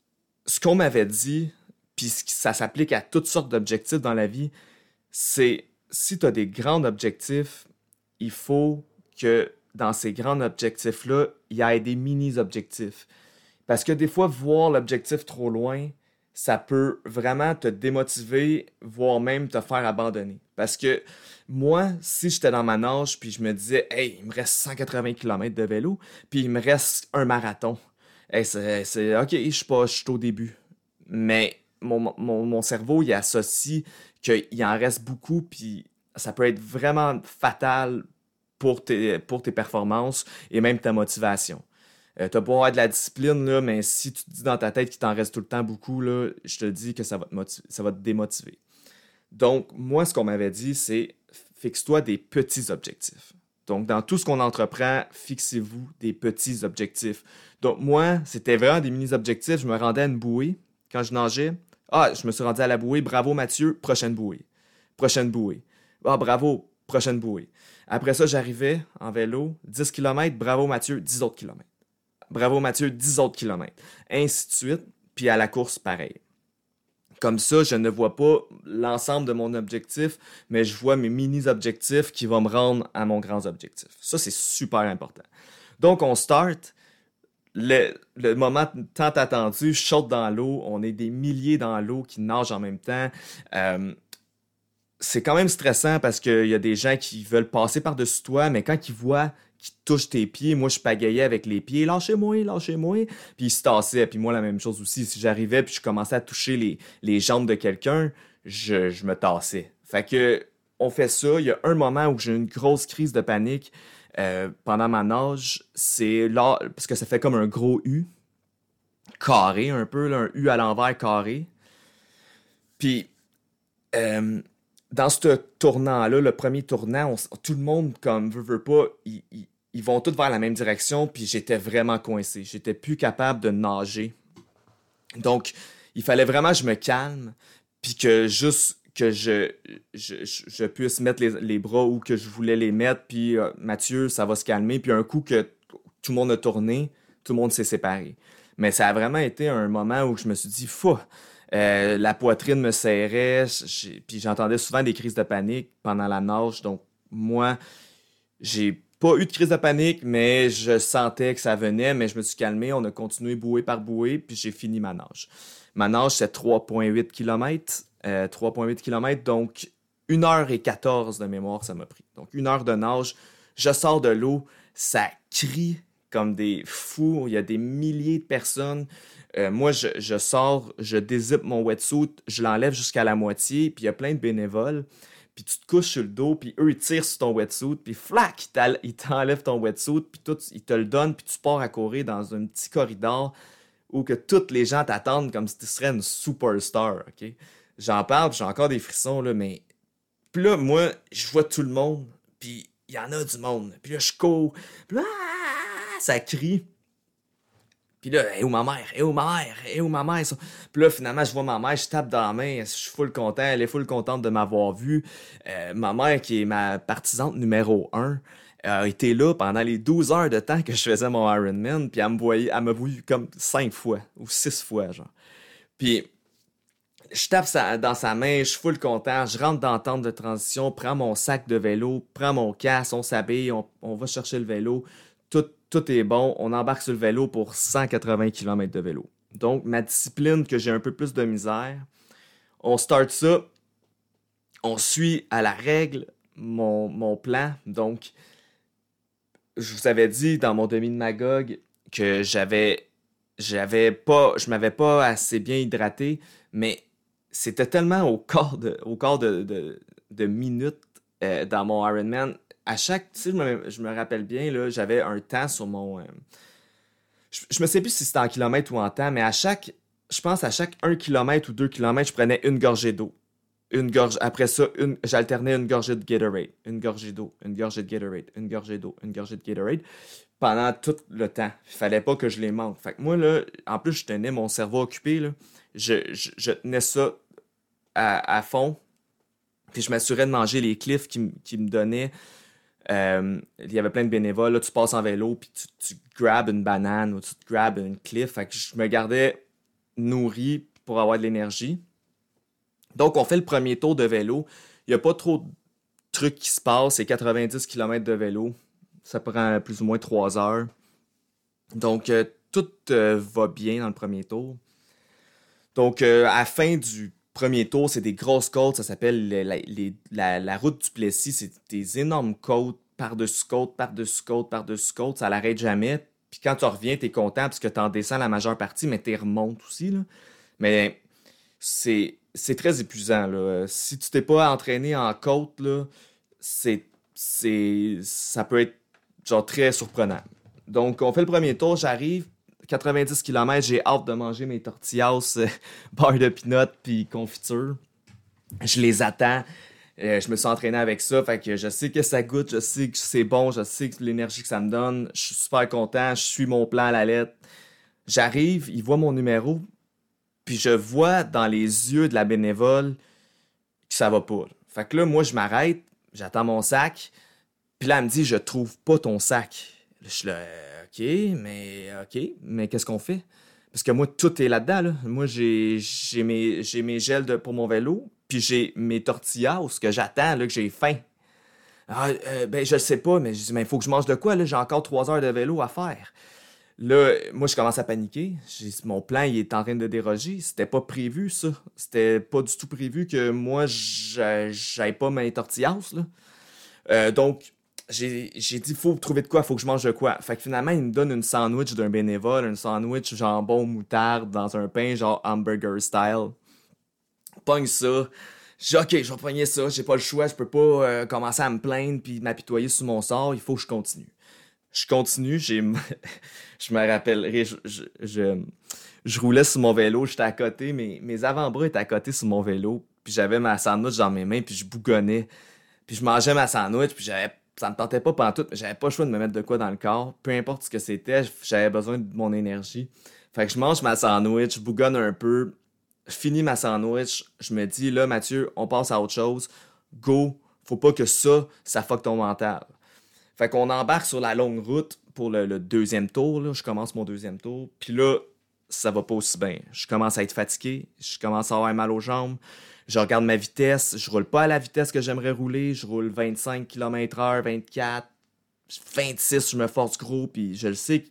ce qu'on m'avait dit, puis ça s'applique à toutes sortes d'objectifs dans la vie, c'est si tu as des grands objectifs, il faut que dans ces grands objectifs-là, il y ait des mini-objectifs. Parce que des fois, voir l'objectif trop loin, ça peut vraiment te démotiver, voire même te faire abandonner. Parce que moi, si j'étais dans ma nage, puis je me disais, hey, il me reste cent quatre-vingts kilomètres de vélo, puis il me reste un marathon. Hey, c'est, c'est ok, je suis pas, je suis au début. Mais mon, mon, mon cerveau, il associe qu'il en reste beaucoup, puis ça peut être vraiment fatal pour tes, pour tes performances et même ta motivation. Euh, tu as beau avoir de la discipline, là, mais si tu te dis dans ta tête qu'il t'en reste tout le temps beaucoup, là, je te dis que ça va te, motiver, ça va te démotiver. Donc, moi, ce qu'on m'avait dit, c'est fixe-toi des petits objectifs. Donc, dans tout ce qu'on entreprend, fixez-vous des petits objectifs. Donc, moi, c'était vraiment des mini-objectifs. Je me rendais à une bouée quand je nageais. Ah, je me suis rendu à la bouée. Bravo, Mathieu. Prochaine bouée. Prochaine bouée. Ah, bravo. Prochaine bouée. Après ça, j'arrivais en vélo. dix kilomètres. Bravo, Mathieu. dix autres kilomètres. Bravo, Mathieu. dix autres kilomètres. Ainsi de suite. Puis à la course, pareil. Comme ça, je ne vois pas l'ensemble de mon objectif, mais je vois mes mini-objectifs qui vont me rendre à mon grand objectif. Ça, c'est super important. Donc, on start. Le, le moment tant attendu, je saute dans l'eau. On est des milliers dans l'eau qui nagent en même temps. Euh, c'est quand même stressant parce qu'il y a des gens qui veulent passer par-dessus toi, mais quand ils voient qu'ils touchent tes pieds, moi je pagayais avec les pieds, lâchez-moi, lâchez-moi, puis ils se tassaient, puis moi la même chose aussi, si j'arrivais puis je commençais à toucher les, les jambes de quelqu'un, je, je me tassais. Fait que on fait ça, il y a un moment où j'ai une grosse crise de panique euh, pendant ma nage, c'est là, parce que ça fait comme un gros U, carré un peu, là, un U à l'envers carré, puis euh, dans ce tournant-là, le premier tournant, on, tout le monde, comme veut, veut pas, ils, ils, ils vont tous vers la même direction, puis j'étais vraiment coincé. J'étais plus capable de nager. Donc, il fallait vraiment que je me calme, puis que juste que je, je, je, je puisse mettre les, les bras où que je voulais les mettre, puis euh, Mathieu, ça va se calmer. Puis un coup que tout le monde a tourné, tout le monde s'est séparé. Mais ça a vraiment été un moment où je me suis dit, fou! Euh, la poitrine me serrait, j'ai, puis j'entendais souvent des crises de panique pendant la nage. Donc, moi, j'ai pas eu de crise de panique, mais je sentais que ça venait, mais je me suis calmé. On a continué bouée par bouée, puis j'ai fini ma nage. Ma nage, c'est trois virgule huit kilomètres. Euh, trois virgule huit kilomètres, donc une heure quatorze de mémoire, ça m'a pris. Donc, une heure de nage. Je sors de l'eau, ça crie comme des fous. Il y a des milliers de personnes. Euh, moi, je, je sors, je dézippe mon wetsuit, je l'enlève jusqu'à la moitié, puis il y a plein de bénévoles. Puis tu te couches sur le dos, puis eux, ils tirent sur ton wetsuit, puis flac, ils, ils t'enlèvent ton wetsuit, puis tout, ils te le donnent, puis tu pars à courir dans un petit corridor où que tous les gens t'attendent comme si tu serais une superstar, OK? J'en parle, puis j'ai encore des frissons, là, mais... Puis là, moi, je vois tout le monde, puis il y en a du monde. Puis là, je cours, puis là, ça crie. Puis là, est où ma mère? Est où ma mère? Est où ma mère? Ça? Puis là, finalement, je vois ma mère, je tape dans la main, je suis full content, elle est full contente de m'avoir vu. Euh, ma mère, qui est ma partisane numéro un, a été là pendant les douze heures de temps que je faisais mon Ironman, puis elle me voyait, elle m'a vu comme cinq fois, ou six fois, genre. Puis, je tape sa, dans sa main, je suis full content, je rentre dans la tente de transition, prends mon sac de vélo, prends mon casque, on s'habille, on, on va chercher le vélo, tout, tout est bon, on embarque sur le vélo pour cent quatre-vingts kilomètres de vélo. Donc, ma discipline, que j'ai un peu plus de misère, on start ça, on suit à la règle mon, mon plan. Donc, je vous avais dit dans mon demi de Magog que j'avais, j'avais pas, je m'avais pas assez bien hydraté, mais c'était tellement au quart de, au quart de, de, de minutes euh, dans mon Ironman. À chaque, tu sais, je me, je me rappelle bien, là, j'avais un temps sur mon... Euh, je, je me sais plus si c'était en kilomètres ou en temps, mais à chaque, je pense à chaque un kilomètre ou deux kilomètres, je prenais une gorgée d'eau. Une gorge, après ça, une, j'alternais une gorgée de Gatorade, une gorgée d'eau, une gorgée de Gatorade, une gorgée d'eau, une gorgée de Gatorade, pendant tout le temps. Il fallait pas que je les manque. Fait que moi, là, en plus, je tenais mon cerveau occupé, là. Je, je, je tenais ça à, à fond, puis je m'assurais de manger les cliffs qui, qui me donnaient. Euh, il y avait plein de bénévoles, là, tu passes en vélo, puis tu, tu grabes une banane ou tu te grabes une cliff. Fait que je me gardais nourri pour avoir de l'énergie. Donc, on fait le premier tour de vélo. Il n'y a pas trop de trucs qui se passent. C'est quatre-vingt-dix kilomètres de vélo. Ça prend plus ou moins trois heures. Donc, euh, tout euh, va bien dans le premier tour. Donc, euh, à la fin du premier tour, c'est des grosses côtes. Ça s'appelle les, les, la, la route du Plessis. C'est des énormes côtes, par-dessus côtes, par-dessus côtes, par-dessus côtes. Ça l'arrête jamais. Puis quand tu reviens, tu es content parce que tu en descends la majeure partie, mais tu remontes aussi, là. Mais c'est... c'est très épuisant, là. Si tu t'es pas entraîné en côte, là, c'est, c'est, ça peut être genre très surprenant. Donc, on fait le premier tour, j'arrive, quatre-vingt-dix kilomètres, j'ai hâte de manger mes tortillas, euh, beurre de pinot puis confiture. Je les attends. Euh, je me suis entraîné avec ça, fait que je sais que ça goûte, je sais que c'est bon, je sais que l'énergie que ça me donne. Je suis super content, je suis mon plan à la lettre. J'arrive, il voit mon numéro, puis je vois dans les yeux de la bénévole que ça va pas. Fait que là, moi, je m'arrête, j'attends mon sac, puis là, elle me dit, je trouve pas ton sac. Là, je suis là, OK, mais OK, mais qu'est-ce qu'on fait? Parce que moi, tout est là-dedans, là. Moi, j'ai, j'ai, mes, j'ai mes gels de, pour mon vélo, puis j'ai mes tortillas, ce que j'attends, là, que j'ai faim. Ah, euh, ben, je le sais pas, mais je dis, mais il faut que je mange de quoi, là? J'ai encore trois heures de vélo à faire. Là, moi, je commence à paniquer. J'ai, mon plan, il est en train de déroger. C'était pas prévu, ça. C'était pas du tout prévu que moi, j'aille pas mes tortillas, là. Euh, donc, j'ai, j'ai dit, faut trouver de quoi, faut que je mange de quoi. Fait que finalement, il me donne une sandwich d'un bénévole, un sandwich jambon moutarde dans un pain, genre hamburger style. Pogne ça. J'ai dit, OK, je vais pogner ça. J'ai pas le choix. Je peux pas euh, commencer à me plaindre puis m'apitoyer sur mon sort. Il faut que je continue. Je continue, j'ai... je me rappellerai, je, je, je, je roulais sur mon vélo, j'étais à côté, mes, mes avant-bras étaient à côté sur mon vélo, puis j'avais ma sandwich dans mes mains, puis je bougonnais, puis je mangeais ma sandwich, puis j'avais, ça me tentait pas pantoute, mais j'avais pas le choix de me mettre de quoi dans le corps, peu importe ce que c'était, j'avais besoin de mon énergie. Fait que je mange ma sandwich, je bougonne un peu, je finis ma sandwich, je me dis, là, Mathieu, on passe à autre chose, go, faut pas que ça, ça fuck ton mental. Fait qu'on embarque sur la longue route pour le, le deuxième tour. Là. Je commence mon deuxième tour. Puis là, ça va pas aussi bien. Je commence à être fatigué. Je commence à avoir mal aux jambes. Je regarde ma vitesse. Je roule pas à la vitesse que j'aimerais rouler. Je roule vingt-cinq kilomètres heure, vingt-quatre, vingt-six. Je me force gros. Puis je le sais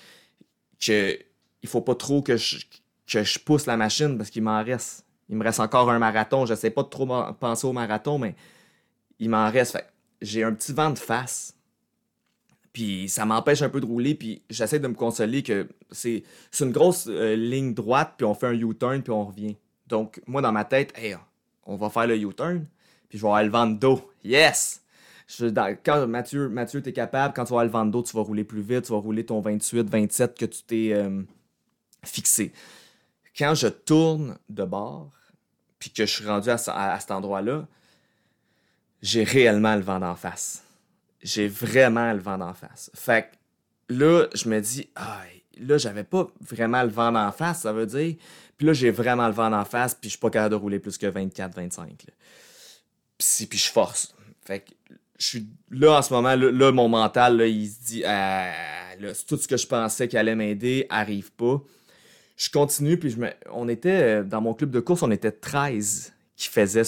que il faut pas trop que je, que je pousse la machine parce qu'il m'en reste. Il me reste encore un marathon. Je sais pas de trop penser au marathon, mais il m'en reste. Fait j'ai un petit vent de face. Puis ça m'empêche un peu de rouler, puis j'essaie de me consoler que c'est, c'est une grosse euh, ligne droite, puis on fait un U-turn, puis on revient. Donc, moi, dans ma tête, hey, on va faire le U-turn, puis je vais avoir le vent de dos. Yes! Je, dans, quand Mathieu, Mathieu, t'es capable, quand tu vas avoir le vent de dos, tu vas rouler plus vite, tu vas rouler ton vingt-huit, vingt-sept que tu t'es euh, fixé. Quand je tourne de bord, puis que je suis rendu à, à, à cet endroit-là, j'ai réellement le vent d'en face. J'ai vraiment le vent d'en face. Fait que là, je me dis, ah, là, j'avais pas vraiment le vent d'en face, ça veut dire. Puis là, j'ai vraiment le vent d'en face, puis je suis pas capable de rouler plus que vingt-quatre vingt-cinq. Là. Puis, puis je force. Fait que je suis là en ce moment, là, là mon mental, là, il se dit, ah, là, tout ce que je pensais qui allait m'aider arrive pas. Je continue, puis je me... on était, dans mon club de course, on était treize qui faisaient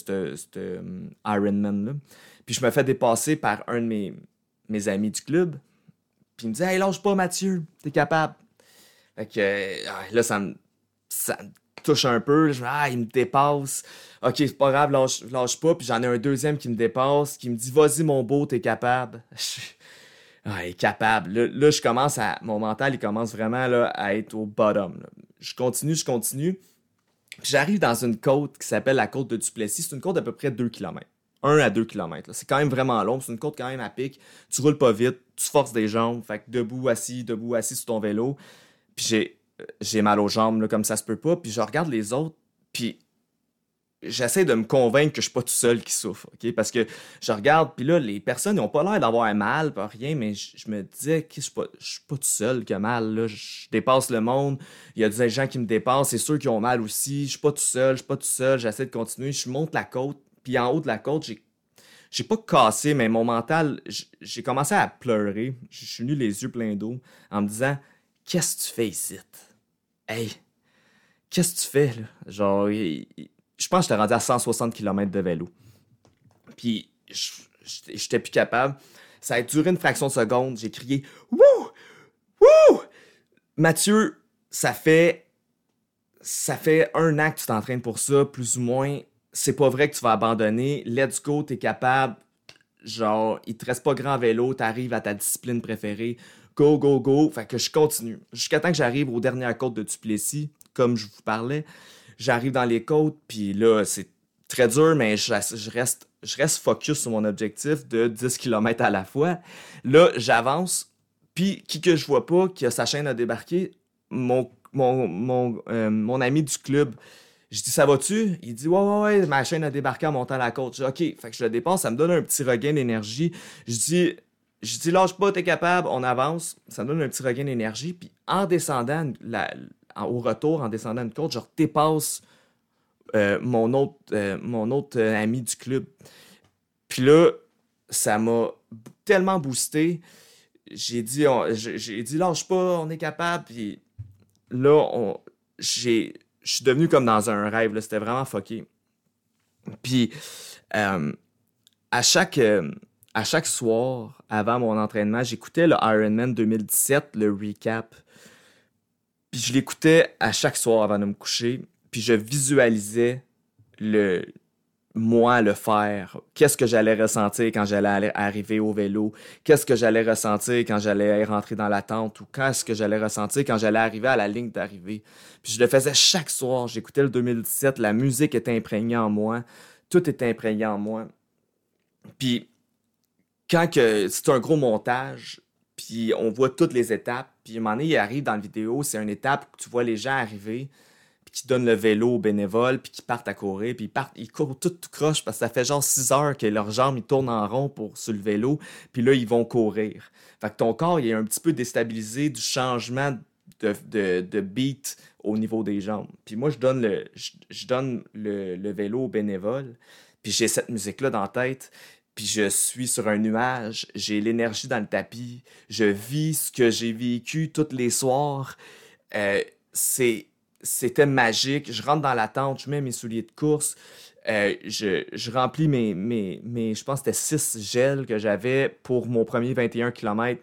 ce Ironman-là. Puis je me fais dépasser par un de mes, mes amis du club. Puis il me dit « Hey, lâche pas, Mathieu, t'es capable. » Fait que euh, là, ça me, ça me touche un peu. Je me dis « Ah, il me dépasse. Ok, c'est pas grave, lâche, lâche pas. » Puis j'en ai un deuxième qui me dépasse, qui me dit « Vas-y, mon beau, t'es capable. » Ah, il est capable. Là, là, je commence à... Mon mental, il commence vraiment là, à être au bottom. Là. Je continue, je continue. Puis j'arrive dans une côte qui s'appelle la côte de Duplessis. C'est une côte d'à peu près deux kilomètres. un à deux kilomètres. C'est quand même vraiment long. C'est une côte quand même à pic. Tu roules pas vite. Tu forces des jambes. Fait que debout, assis, debout, assis sur ton vélo. Puis j'ai, j'ai mal aux jambes, là, comme ça se peut pas. Puis je regarde les autres. Puis j'essaie de me convaincre que je suis pas tout seul qui souffre. Okay? Parce que je regarde. Puis là, les personnes n'ont pas l'air d'avoir un mal, pas rien. Mais je, je me disais que je suis pas, je suis pas tout seul qui a mal. Là. Je dépasse le monde. Il y a des gens qui me dépassent. C'est ceux qui ont mal aussi. Je suis pas tout seul. Je suis pas tout seul. J'essaie de continuer. Je monte la côte. Puis en haut de la côte, j'ai, j'ai pas cassé, mais mon mental, j'ai commencé à pleurer. Je suis venu les yeux pleins d'eau en me disant « Qu'est-ce que tu fais ici? Hey, qu'est-ce que tu fais? » là? Genre, je pense que j'étais rendu à cent soixante kilomètres de vélo. Puis j'étais plus capable. Ça a duré une fraction de seconde. J'ai crié « Wouh! Wouh! » Mathieu, ça fait, ça fait un an que tu t'entraînes pour ça, plus ou moins. C'est pas vrai que tu vas abandonner. Let's go, t'es capable. Genre, il te reste pas grand vélo, t'arrives à ta discipline préférée. Go, go, go. Fait que je continue. Jusqu'à temps que j'arrive aux dernières côtes de Duplessis, comme je vous parlais. J'arrive dans les côtes, puis là, c'est très dur, mais je, je, reste, je reste focus sur mon objectif de dix kilomètres à la fois. Là, j'avance, puis qui que je vois pas, qui a sa chaîne à débarquer, mon, mon, mon, euh, mon ami du club. Je dis, ça va-tu? Il dit, ouais, ouais, ouais, ma chaîne a débarqué en montant la côte. Je dis, OK, fait que je le dépasse, ça me donne un petit regain d'énergie. Je dis, je dis, lâche pas, t'es capable, on avance. Ça me donne un petit regain d'énergie. Puis en descendant, la, en, au retour, en descendant une côte, je dépasse euh, mon autre, euh, mon autre euh, ami du club. Puis là, ça m'a tellement boosté. J'ai dit, on, j'ai, j'ai dit, lâche pas, on est capable. Puis là, on, j'ai... Je suis devenu comme dans un rêve, là. C'était vraiment fucké. Puis, euh, à, chaque, euh, à chaque soir, avant mon entraînement, j'écoutais le Ironman deux mille dix-sept, le recap. Puis je l'écoutais à chaque soir avant de me coucher. Puis je visualisais le, moi le faire. Qu'est-ce que j'allais ressentir quand j'allais arriver au vélo? Qu'est-ce que j'allais ressentir quand j'allais rentrer dans la tente? Ou qu'est-ce que j'allais ressentir quand j'allais arriver à la ligne d'arrivée? Puis je le faisais chaque soir. J'écoutais le deux mille dix-sept. La musique était imprégnée en moi. Tout était imprégné en moi. Puis quand que c'est un gros montage, puis on voit toutes les étapes, puis à un moment donné, il arrive dans la vidéo, c'est une étape où tu vois les gens arriver, qui donnent le vélo aux bénévoles, puis qui partent à courir, puis ils partent, ils courent tout, tout croche, parce que ça fait genre six heures que leurs jambes, ils tournent en rond pour, sur le vélo, puis là, ils vont courir. Fait que ton corps, il est un petit peu déstabilisé du changement de, de, de beat au niveau des jambes. Puis moi, je donne le, je, je donne le, le vélo aux bénévoles, puis j'ai cette musique-là dans la tête, puis je suis sur un nuage, j'ai l'énergie dans le tapis, je vis ce que j'ai vécu tous les soirs. Euh, c'est... C'était magique. Je rentre dans la tente, je mets mes souliers de course, euh, je, je remplis mes, mes, mes, je pense que c'était six gels que j'avais pour mon premier vingt et un kilomètres.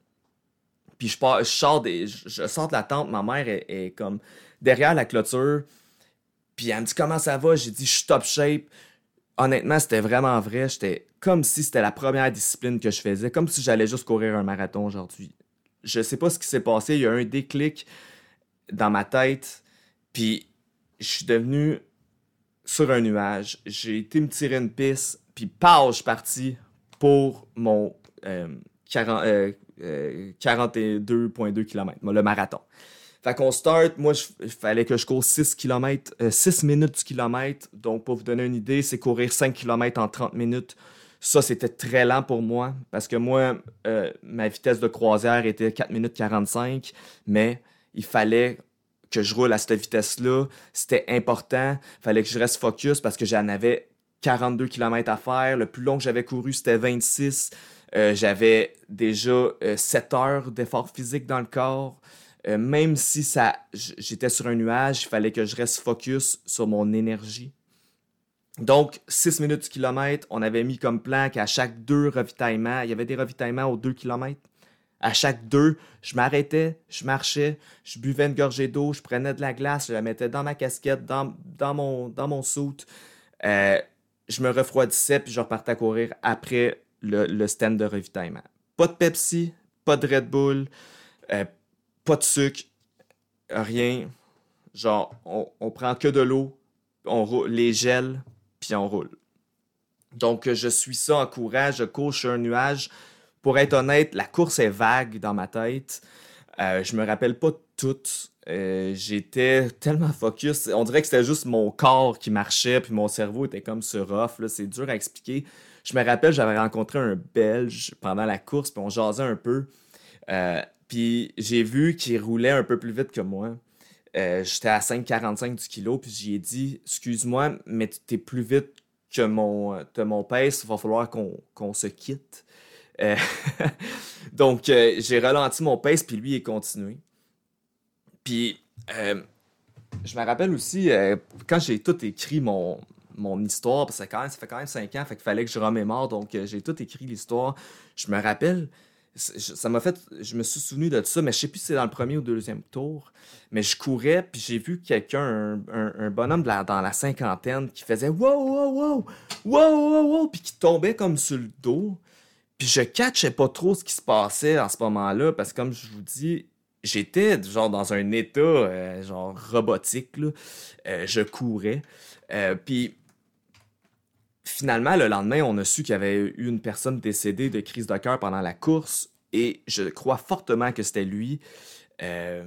Puis je, pars, je, sors des, je, je sors de la tente, ma mère est, est comme derrière la clôture. Puis elle me dit comment ça va? J'ai dit je suis top shape. honnêtement, c'était vraiment vrai. J'étais comme si c'était la première discipline que je faisais, comme si j'allais juste courir un marathon aujourd'hui. Je sais pas ce qui s'est passé, il y a eu un déclic dans ma tête, puis je suis devenu sur un nuage. J'ai été me tirer une piste, puis paf, je suis parti pour mon euh, quarante, euh, euh, quarante-deux virgule deux kilomètres, le marathon. Fait qu'on start, moi, il fallait que je cours six kilomètres, euh, six minutes du kilomètre. Donc, pour vous donner une idée, c'est courir cinq kilomètres en trente minutes. Ça, c'était très lent pour moi, parce que moi, euh, ma vitesse de croisière était quatre minutes quarante-cinq, mais il fallait que je roule à cette vitesse-là. C'était important. Il fallait que je reste focus parce que j'en avais quarante-deux kilomètres à faire. Le plus long que j'avais couru, c'était vingt-six. Euh, j'avais déjà euh, sept heures d'effort physique dans le corps. Euh, même si ça, j'étais sur un nuage, il fallait que je reste focus sur mon énergie. Donc, six minutes du kilomètre, on avait mis comme plan qu'à chaque deux ravitaillements, il y avait des ravitaillements aux deux kilomètres. À chaque deux, je m'arrêtais, je marchais, je buvais une gorgée d'eau, je prenais de la glace, je la mettais dans ma casquette, dans, dans mon, dans mon suit. Euh, je me refroidissais, puis je repartais à courir après le, le stand de ravitaillement. Pas de Pepsi, pas de Red Bull, euh, pas de sucre, rien. Genre, on, on prend que de l'eau, on roule, les gels, puis on roule. Donc, je suis ça en courant, je cours sur un nuage. Pour être honnête, la course est vague dans ma tête. Euh, je me rappelle pas tout. Euh, j'étais tellement focus. On dirait que c'était juste mon corps qui marchait, puis mon cerveau était comme sur off. Là. C'est dur à expliquer. Je me rappelle, j'avais rencontré un Belge pendant la course, puis on jasait un peu. Euh, puis j'ai vu qu'il roulait un peu plus vite que moi. Euh, j'étais à cinq quarante-cinq du kilo, puis j'ai dit « Excuse-moi, mais t'es plus vite que mon, que mon pace, il va falloir qu'on, qu'on se quitte. Euh, » Donc, euh, j'ai ralenti mon pace, puis lui, il est continué. Puis, euh, je me rappelle aussi, euh, quand j'ai tout écrit mon, mon histoire, parce que quand même, ça fait quand même cinq ans, fait qu'il fallait que je remémore, donc euh, j'ai tout écrit l'histoire. Je me rappelle, ça m'a fait, je me suis souvenu de ça, mais je sais plus si c'est dans le premier ou deuxième tour, mais je courais, puis j'ai vu quelqu'un, un, un, un bonhomme de la, dans la cinquantaine, qui faisait « Wow, wow, wow, wow, wow, wow », puis qui tombait comme sur le dos. Puis je catchais pas trop ce qui se passait en ce moment-là, parce que comme je vous dis, j'étais genre dans un état euh, genre robotique, là. Euh, je courais. Euh, puis finalement, le lendemain, on a su qu'il y avait eu une personne décédée de crise de cœur pendant la course, et je crois fortement que c'était lui. Euh,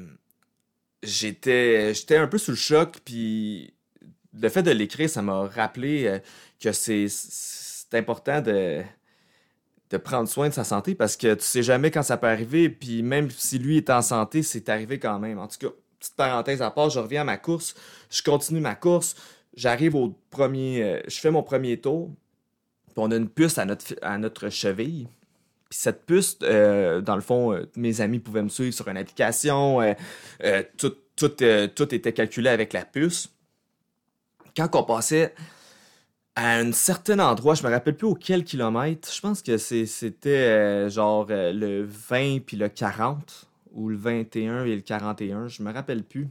j'étais, j'étais un peu sous le choc, puis le fait de l'écrire, ça m'a rappelé euh, que c'est, c'est important de... de prendre soin de sa santé parce que tu sais jamais quand ça peut arriver, puis même si lui est en santé, c'est arrivé quand même. En tout cas, petite parenthèse à part, je reviens à ma course, je continue ma course, j'arrive au premier, euh, je fais mon premier tour, puis on a une puce à notre, à notre cheville. Puis cette puce, euh, dans le fond, euh, mes amis pouvaient me suivre sur une application, euh, euh, tout, tout, euh, tout était calculé avec la puce. Quand on passait à un certain endroit, je me rappelle plus auquel kilomètre, je pense que c'est, c'était euh, genre euh, le vingt puis le quarante, ou le vingt et un et le quarante et un, je me rappelle plus.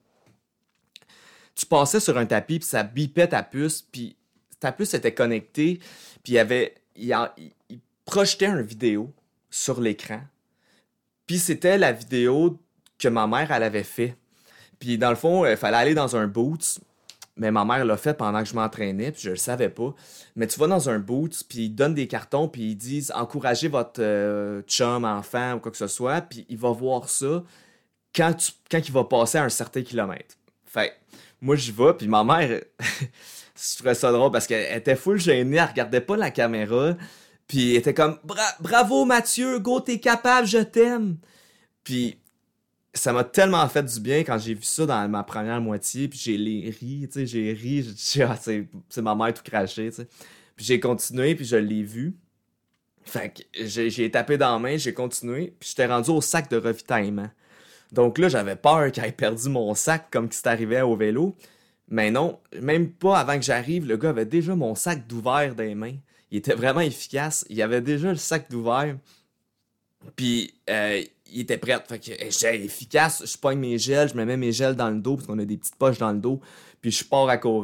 Tu passais sur un tapis, puis ça bipait ta puce, puis ta puce était connectée, puis il y avait, il, il, il projetait une vidéo sur l'écran, puis c'était la vidéo que ma mère, elle avait fait. Puis dans le fond, il fallait aller dans un boots. Mais ma mère l'a fait pendant que je m'entraînais, puis je le savais pas. Mais tu vas dans un boot, puis ils donnent des cartons, puis ils disent « Encouragez votre euh, chum, enfant, ou quoi que ce soit », puis il va voir ça quand, tu, quand il va passer à un certain kilomètre. Fait moi, j'y vais, puis ma mère, je trouvais ça drôle, parce qu'elle était full gênée, elle regardait pas la caméra, puis elle était comme Bra- « Bravo Mathieu, go, t'es capable, je t'aime ». Puis ça m'a tellement fait du bien quand j'ai vu ça dans ma première moitié, puis j'ai les ri, tu sais, j'ai ri, j'ai dit, ah, c'est, c'est ma mère tout craché, tu sais. Puis j'ai continué, puis je l'ai vu. Fait que j'ai, j'ai tapé dans la main, j'ai continué, puis j'étais rendu au sac de ravitaillement. Donc là, j'avais peur qu'il ait perdu mon sac comme qui s'est arrivé au vélo. Mais non, même pas avant que j'arrive, le gars avait déjà mon sac d'ouvert dans les mains. Il était vraiment efficace, il avait déjà le sac d'ouvert. Puis, euh, il était prêt. Fait que j'étais efficace. Je pogne mes gels, je me mets mes gels dans le dos, parce qu'on a des petites poches dans le dos. Puis, je pars à courir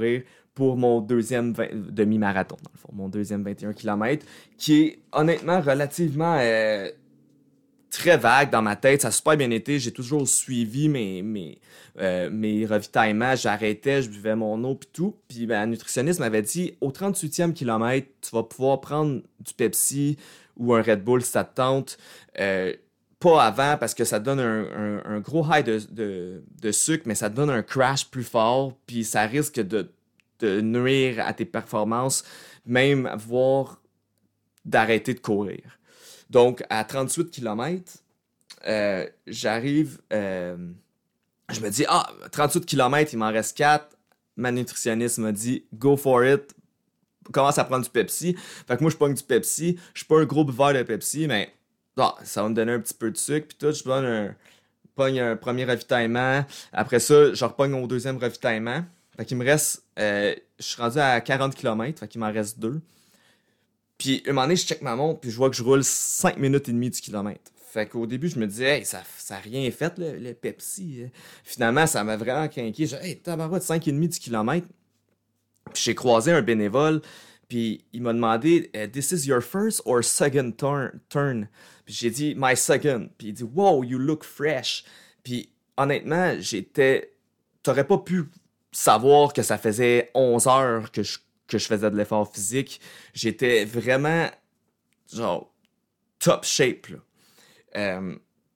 pour mon deuxième vingt demi-marathon, dans le fond, mon deuxième vingt et un kilomètres, qui est honnêtement relativement euh, très vague dans ma tête. Ça a super bien été. J'ai toujours suivi mes, mes, euh, mes ravitaillements. J'arrêtais, je buvais mon eau puis tout. Puis ben, la nutritionniste m'avait dit, au trente-huitième kilomètre, tu vas pouvoir prendre du Pepsi ou un Red Bull si ça te tente. Euh, pas avant parce que ça te donne un, un, un gros high de, de, de sucre, mais ça te donne un crash plus fort. Puis ça risque de, de nuire à tes performances, même voire d'arrêter de courir. Donc, à trente-huit kilomètres, euh, j'arrive, euh, je me dis, ah, trente-huit kilomètres, il m'en reste quatre. Ma nutritionniste m'a dit, go for it, commence à prendre du Pepsi. Fait que moi, je pogne du Pepsi. Je suis pas un gros buveur de Pepsi, mais ah, ça va me donner un petit peu de sucre. Puis tout, je donne un, pogne un premier ravitaillement. Après ça, je repogne au deuxième ravitaillement. Fait qu'il me reste, euh, je suis rendu à quarante kilomètres, fait qu'il m'en reste deux. Puis, un moment donné, je check ma montre, puis je vois que je roule cinq minutes et demie du kilomètre. Fait qu'au début, je me disais, hey, ça n'a rien fait, le, le Pepsi. Finalement, ça m'a vraiment craqué. J'ai dit, hey, tabarouette, cinq et demi du kilomètre. Puis, j'ai croisé un bénévole, puis il m'a demandé, this is your first or second turn? turn? Puis, j'ai dit, my second. Puis, il dit, wow, you look fresh. Puis, honnêtement, j'étais. T'aurais pas pu savoir que ça faisait onze heures que je que je faisais de l'effort physique. J'étais vraiment, genre, top shape, là. Euh,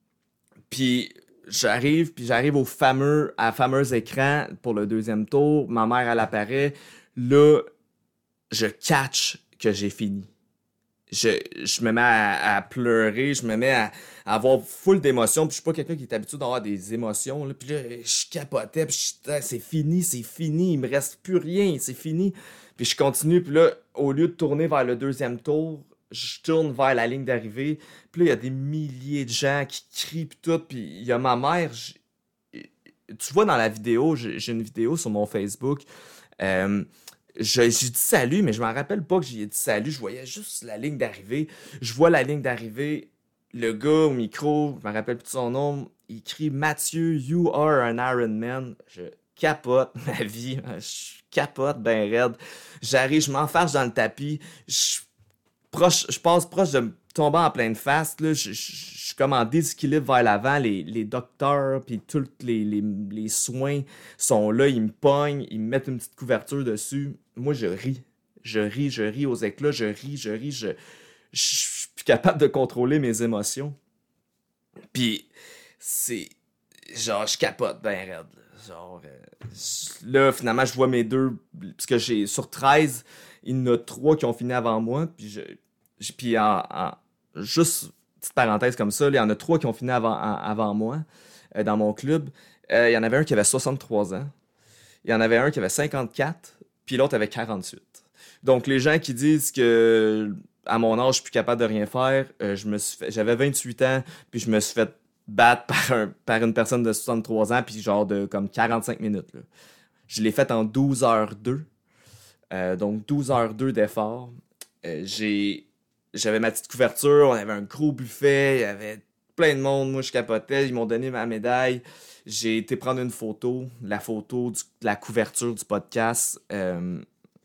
puis j'arrive, puis j'arrive au fameux, à fameux écran pour le deuxième tour. Ma mère, elle apparaît. Là, je catch que j'ai fini. Je, je me mets à, à pleurer, je me mets à, à avoir full d'émotions. Puis je suis pas quelqu'un qui est habitué d'avoir des émotions, là. Puis là, je capotais, puis je, ah, c'est fini, c'est fini, il me reste plus rien, c'est fini. Puis je continue, puis là, au lieu de tourner vers le deuxième tour, je tourne vers la ligne d'arrivée. Puis là, il y a des milliers de gens qui crient, puis tout. Puis il y a ma mère. Je, tu vois dans la vidéo, j'ai, j'ai une vidéo sur mon Facebook. Euh, j'ai, j'ai dit salut, mais je m'en rappelle pas que j'ai dit salut. Je voyais juste la ligne d'arrivée. Je vois la ligne d'arrivée. Le gars au micro, je me rappelle plus de son nom, il crie « Mathieu, you are an Iron Man ». Je capote ma vie. Je capote ben raide. J'arrive, je m'enfarge dans le tapis. Je, proche, je passe proche de me tomber en pleine face. Là. Je, je, je suis comme en déséquilibre vers l'avant. Les, les docteurs puis tous les, les, les soins sont là. Ils me pognent. Ils me mettent une petite couverture dessus. Moi, je ris. Je ris, je ris aux éclats. Je ris, je ris. Je, je suis plus capable de contrôler mes émotions. Puis, c'est... Genre, je capote ben raide. Là. Genre, euh, là, finalement, je vois mes deux... Parce que j'ai sur treize, il y en a trois qui ont fini avant moi. Puis, je, je, puis en, en, juste, petite parenthèse comme ça, là, il y en a trois qui ont fini avant, en, avant moi euh, dans mon club. Euh, il y en avait un qui avait soixante-trois ans. Il y en avait un qui avait cinquante-quatre. Puis l'autre avait quarante-huit. Donc, les gens qui disent que à mon âge, je suis plus capable de rien faire, euh, je me suis fait, j'avais vingt-huit ans, puis je me suis fait battre par, un, par une personne de soixante-trois ans, puis genre de comme quarante-cinq minutes. Là. Je l'ai fait en douze heures deux. Euh, donc douze heures deux d'effort. Euh, j'ai, j'avais ma petite couverture, on avait un gros buffet, il y avait plein de monde, moi je capotais, ils m'ont donné ma médaille. J'ai été prendre une photo, la photo du, de la couverture du podcast, euh,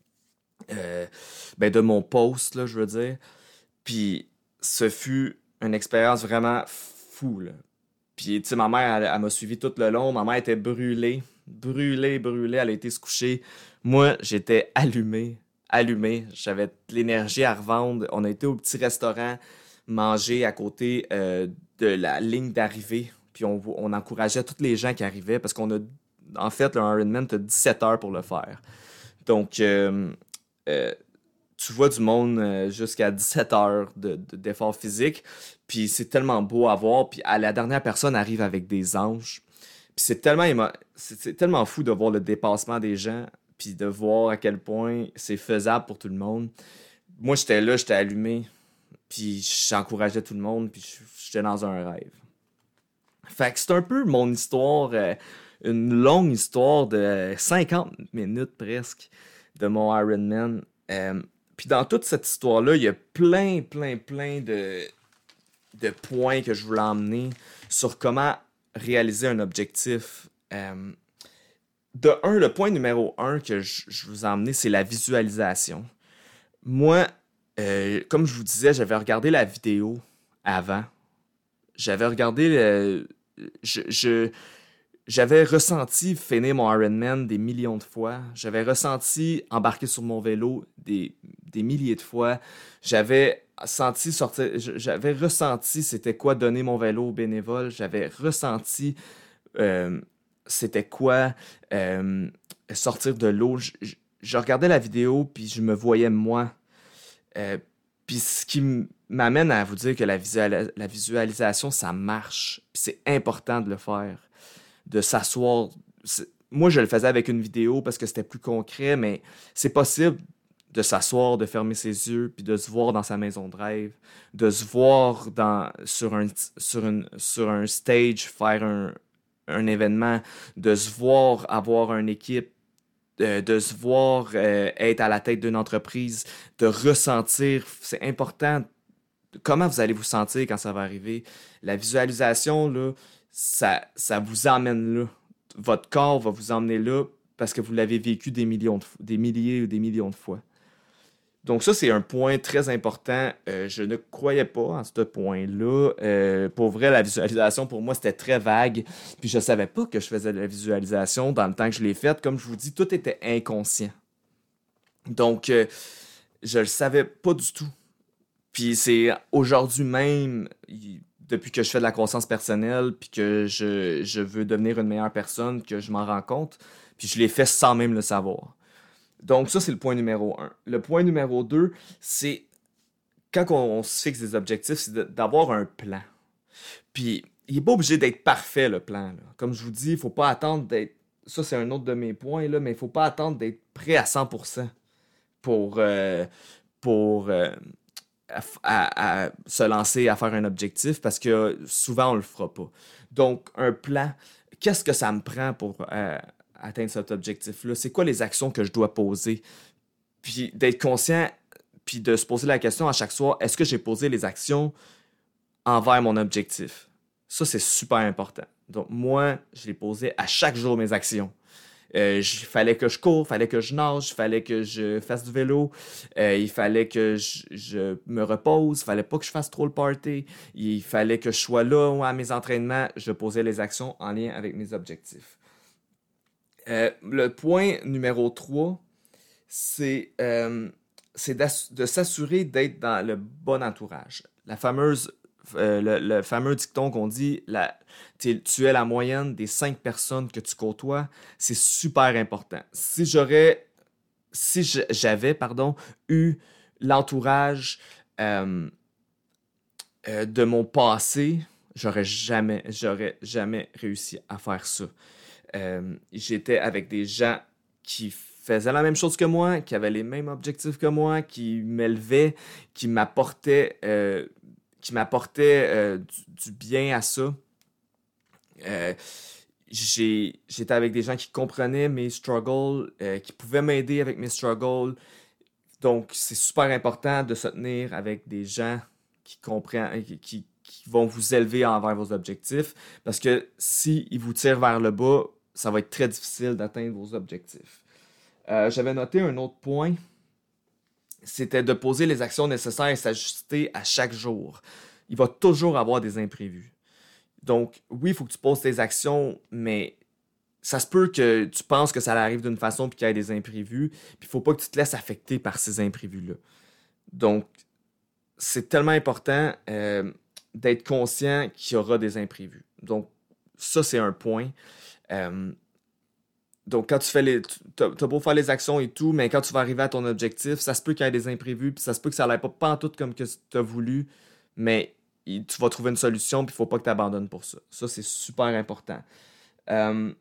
euh, ben de mon post, là, je veux dire. Puis ce fut une expérience vraiment fou, là. Puis, tu sais, ma mère, elle, elle m'a suivi tout le long. Ma mère était brûlée, brûlée, brûlée. Elle a été se coucher. Moi, j'étais allumé, allumé. J'avais de l'énergie à revendre. On a été au petit restaurant manger à côté euh, de la ligne d'arrivée. Puis, on, on encourageait tous les gens qui arrivaient parce qu'on a, en fait, le Ironman, tu as dix-sept heures pour le faire. Donc, euh, euh, tu vois du monde euh, jusqu'à dix-sept heures de, de, d'effort physique. Puis c'est tellement beau à voir. Puis à la dernière personne arrive avec des anges. Puis c'est tellement, émo- c'est, c'est tellement fou de voir le dépassement des gens. Puis de voir à quel point c'est faisable pour tout le monde. Moi, j'étais là, j'étais allumé. Puis j'encourageais tout le monde. Puis j'étais dans un rêve. Fait que c'est un peu mon histoire. Euh, une longue histoire de cinquante minutes presque de mon Ironman. Euh, Puis dans toute cette histoire-là, il y a plein, plein, plein de, de points que je voulais emmener sur comment réaliser un objectif. Euh, de un, le point numéro un que je, je vous ai emmené, c'est la visualisation. Moi, euh, comme je vous disais, j'avais regardé la vidéo avant. J'avais regardé le... Je, je, j'avais ressenti finir mon Ironman des millions de fois. J'avais ressenti embarquer sur mon vélo des, des milliers de fois. J'avais senti sortir... J'avais ressenti c'était quoi donner mon vélo aux bénévoles. J'avais ressenti euh, c'était quoi euh, sortir de l'eau. Je, je, je regardais la vidéo puis je me voyais moi. Euh, puis ce qui m'amène à vous dire que la, visual- la visualisation, ça marche. Puis c'est important de le faire, de s'asseoir. C'est... Moi, je le faisais avec une vidéo parce que c'était plus concret, mais c'est possible de s'asseoir, de fermer ses yeux, puis de se voir dans sa maison de rêve, de se voir dans, sur, un, sur, une, sur un stage faire un, un événement, de se voir avoir une équipe, de, de se voir euh, être à la tête d'une entreprise, de ressentir, c'est important, comment vous allez vous sentir quand ça va arriver. La visualisation, là, ça, ça vous emmène là. Votre corps va vous emmener là parce que vous l'avez vécu des millions de, des milliers ou des millions de fois. Donc ça, c'est un point très important. Euh, je ne croyais pas à ce point-là. Euh, pour vrai, la visualisation, pour moi, c'était très vague. Puis je savais pas que je faisais de la visualisation dans le temps que je l'ai faite. Comme je vous dis, tout était inconscient. Donc, euh, je le savais pas du tout. Puis c'est aujourd'hui même, depuis que je fais de la croissance personnelle, puis que je, je veux devenir une meilleure personne, que je m'en rends compte. Puis je l'ai fait sans même le savoir. Donc ça, c'est le point numéro un. Le point numéro deux, c'est quand on, on se fixe des objectifs, c'est de, d'avoir un plan. Puis il n'est pas obligé d'être parfait, le plan. Là. Comme je vous dis, il ne faut pas attendre d'être... Ça, c'est un autre de mes points, là, mais il ne faut pas attendre d'être prêt à cent pour cent pour, euh, pour euh, à, à, à se lancer à faire un objectif parce que souvent, on ne le fera pas. Donc, un plan, qu'est-ce que ça me prend pour... Euh, atteindre cet objectif-là? C'est quoi les actions que je dois poser? Puis d'être conscient, puis de se poser la question à chaque soir, est-ce que j'ai posé les actions envers mon objectif? Ça, c'est super important. Donc, moi, je l'ai posé à chaque jour mes actions. Euh, il fallait que je cours, il fallait que je nage, il fallait que je fasse du vélo, euh, il fallait que je, je me repose, il fallait pas que je fasse trop le party, il fallait que je sois là à mes entraînements. Je posais les actions en lien avec mes objectifs. Euh, le point numéro trois, c'est, euh, c'est de s'assurer d'être dans le bon entourage. La fameuse, euh, le, le fameux dicton qu'on dit, la, tu es la moyenne des cinq personnes que tu côtoies, c'est super important. Si j'aurais, si j'avais, pardon, eu l'entourage euh, euh, de mon passé, j'aurais jamais, j'aurais jamais réussi à faire ça. Euh, j'étais avec des gens qui faisaient la même chose que moi, qui avaient les mêmes objectifs que moi, qui m'élevaient, qui m'apportaient, euh, qui m'apportaient euh, du, du bien à ça. Euh, j'ai, j'étais avec des gens qui comprenaient mes struggles, euh, qui pouvaient m'aider avec mes struggles. Donc, c'est super important de se tenir avec des gens qui comprennent, qui, qui, qui vont vous élever envers vos objectifs. Parce que s'ils vous tirent vers le bas, ça va être très difficile d'atteindre vos objectifs. Euh, j'avais noté un autre point, c'était de poser les actions nécessaires et s'ajuster à chaque jour. Il va toujours avoir des imprévus. Donc, oui, il faut que tu poses tes actions, mais ça se peut que tu penses que ça arrive d'une façon puis qu'il y ait des imprévus, puis il ne faut pas que tu te laisses affecter par ces imprévus-là. Donc, c'est tellement important euh, d'être conscient qu'il y aura des imprévus. Donc, ça, c'est un point. Euh, donc, quand tu fais les. Tu as beau faire les actions et tout, mais quand tu vas arriver à ton objectif, ça se peut qu'il y ait des imprévus, puis ça se peut que ça n'aille pas pantoute comme que tu as voulu, mais tu vas trouver une solution, puis il ne faut pas que tu abandonnes pour ça. Ça, c'est super important. Euh,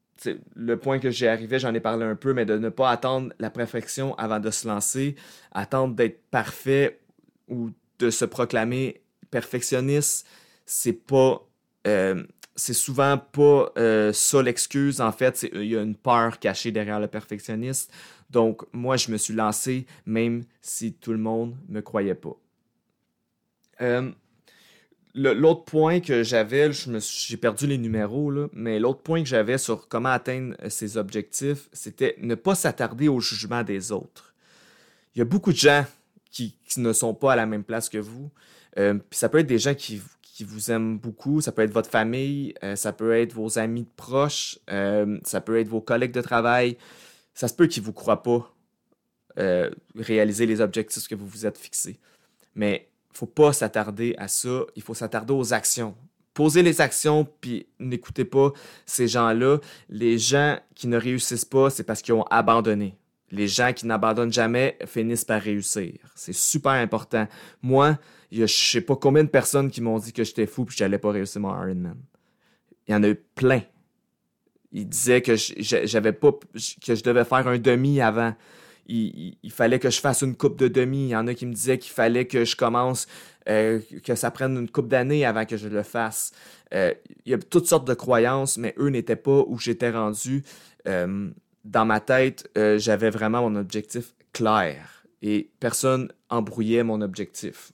le point que j'ai arrivé, j'en ai parlé un peu, mais de ne pas attendre la perfection avant de se lancer, attendre d'être parfait ou de se proclamer perfectionniste, c'est pas. Euh, c'est souvent pas euh, ça l'excuse. En fait, il y a une peur cachée derrière le perfectionniste. Donc, moi, je me suis lancé même si tout le monde me croyait pas. Euh, le, l'autre point que j'avais, je me suis- j'ai perdu les numéros, là, mais l'autre point que j'avais sur comment atteindre ses objectifs, c'était ne pas s'attarder au jugement des autres. Il y a beaucoup de gens qui, qui ne sont pas à la même place que vous. Euh, puis ça peut être des gens qui, qui vous aiment beaucoup, ça peut être votre famille, euh, ça peut être vos amis proches, euh, ça peut être vos collègues de travail. Ça se peut qu'ils ne vous croient pas euh, réaliser les objectifs que vous vous êtes fixés. Mais il ne faut pas s'attarder à ça, il faut s'attarder aux actions. Posez les actions, puis n'écoutez pas ces gens-là. Les gens qui ne réussissent pas, c'est parce qu'ils ont abandonné. Les gens qui n'abandonnent jamais finissent par réussir. C'est super important. Moi, il y a je sais pas combien de personnes qui m'ont dit que j'étais fou puis que j'allais pas réussir mon Ironman. Il y en a eu plein. Ils disaient que j'avais pas que je devais faire un demi avant. Il, il, il fallait que je fasse une coupe de demi. Il y en a qui me disaient qu'il fallait que je commence, euh, que ça prenne une coupe d'années avant que je le fasse. Euh, il y a toutes sortes de croyances, mais eux n'étaient pas où j'étais rendu. Euh, dans ma tête, euh, j'avais vraiment mon objectif clair et personne embrouillait mon objectif.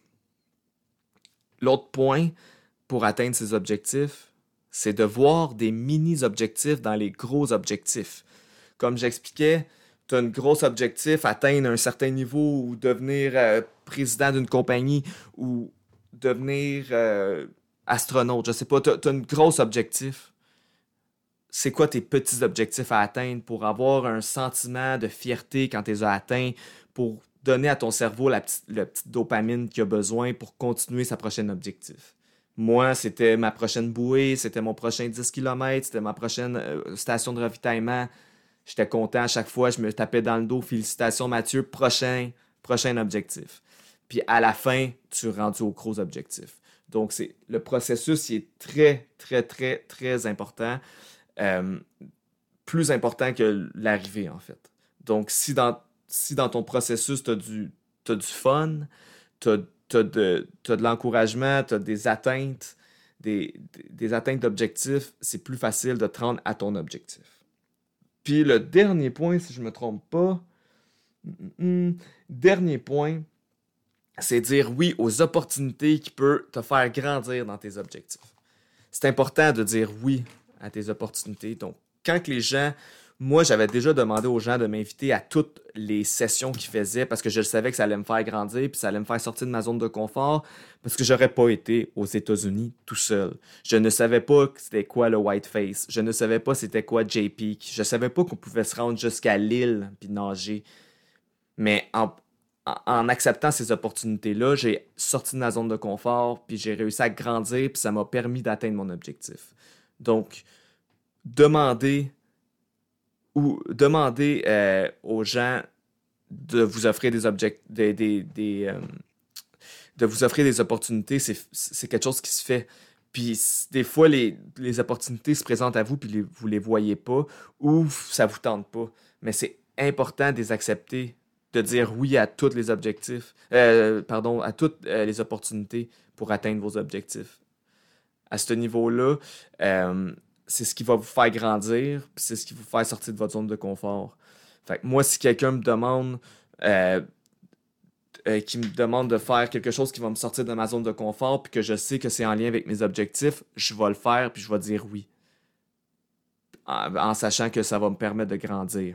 L'autre point pour atteindre ces objectifs, c'est de voir des mini-objectifs dans les gros objectifs. Comme j'expliquais, tu as un gros objectif, atteindre un certain niveau ou devenir euh, président d'une compagnie ou devenir euh, astronaute, je sais pas, tu as un gros objectif. C'est quoi tes petits objectifs à atteindre pour avoir un sentiment de fierté quand tu les as atteints, pour donner à ton cerveau la petite, la petite dopamine qu'il a besoin pour continuer sa prochaine objectif. Moi, c'était ma prochaine bouée, c'était mon prochain dix kilomètres, c'était ma prochaine euh, station de ravitaillement. J'étais content à chaque fois, je me tapais dans le dos. Félicitations Mathieu, prochain, prochain objectif. Puis à la fin, tu es rendu au gros objectif. Donc, c'est, le processus il est très, très, très, très important. Euh, plus important que l'arrivée, en fait. Donc, si dans, si dans ton processus, tu as du, t'as du fun, tu as T'as de, t'as de l'encouragement, tu as des atteintes, des, des, des atteintes d'objectifs, c'est plus facile de te rendre à ton objectif. Puis le dernier point, si je ne me trompe pas, mm, mm, dernier point, c'est dire oui aux opportunités qui peuvent te faire grandir dans tes objectifs. C'est important de dire oui à tes opportunités. Donc, quand les gens... Moi, j'avais déjà demandé aux gens de m'inviter à toutes les sessions qu'ils faisaient parce que je savais que ça allait me faire grandir puis ça allait me faire sortir de ma zone de confort parce que j'aurais pas été aux États-Unis tout seul. Je ne savais pas c'était quoi le whiteface. Je ne savais pas c'était quoi J-Peak. Je savais pas qu'on pouvait se rendre jusqu'à l'île puis nager. Mais en, en, en acceptant ces opportunités-là, j'ai sorti de ma zone de confort puis j'ai réussi à grandir puis ça m'a permis d'atteindre mon objectif. Donc, demandez... ou demander euh, aux gens de vous offrir des objectifs, des, des, des, euh, de vous offrir des opportunités, c'est, c'est quelque chose qui se fait. Puis des fois, les, les opportunités se présentent à vous puis les, vous les voyez pas ou ça vous tente pas. Mais c'est important de les accepter, de dire oui à tous les objectifs, euh, pardon, à toutes euh, les opportunités pour atteindre vos objectifs. À ce niveau-là, euh, c'est ce qui va vous faire grandir, puis c'est ce qui va vous faire sortir de votre zone de confort. Fait que moi, si quelqu'un me demande, euh, euh, qui me demande de faire quelque chose qui va me sortir de ma zone de confort, puis que je sais que c'est en lien avec mes objectifs, je vais le faire, puis je vais dire oui. En, en sachant que ça va me permettre de grandir.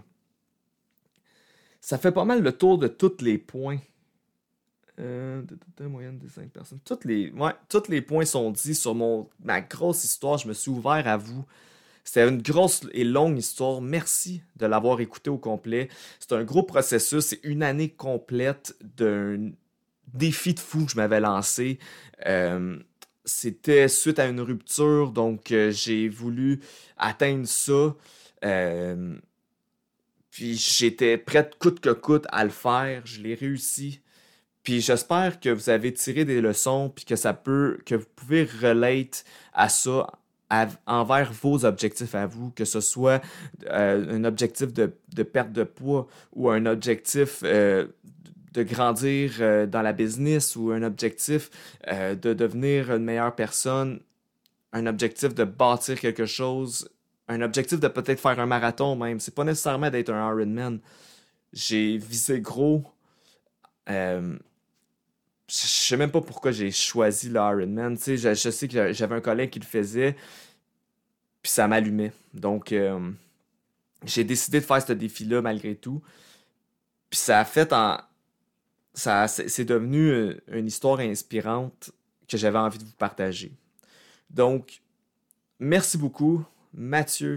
Ça fait pas mal le tour de tous les points. Euh, de, de, de moyenne des cinq personnes. Toutes les, ouais, tous les points sont dits sur mon, ma grosse histoire. Je me suis ouvert à vous. C'était une grosse et longue histoire. Merci de l'avoir écouté au complet. C'est un gros processus. C'est une année complète d'un défi de fou que je m'avais lancé. Euh, c'était suite à une rupture, donc euh, j'ai voulu atteindre ça. Euh, puis j'étais prête coûte que coûte à le faire. Je l'ai réussi. Puis j'espère que vous avez tiré des leçons puis que ça peut, que vous pouvez relate à ça à, envers vos objectifs à vous, que ce soit euh, un objectif de, de perte de poids ou un objectif euh, de grandir euh, dans la business ou un objectif euh, de devenir une meilleure personne, un objectif de bâtir quelque chose, un objectif de peut-être faire un marathon même. C'est pas nécessairement d'être un Ironman. J'ai visé gros. Euh, je sais même pas pourquoi j'ai choisi le Ironman. Tu sais, je, je sais que j'avais un collègue qui le faisait, puis ça m'allumait. Donc, euh, j'ai décidé de faire ce défi-là malgré tout. Puis ça a fait en... Ça, c'est c'est devenu une, une histoire inspirante que j'avais envie de vous partager. Donc, merci beaucoup, Mathieu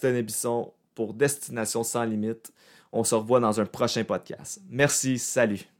Chastenay-Bisson, pour Destination Sans Limite. On se revoit dans un prochain podcast. Merci, salut!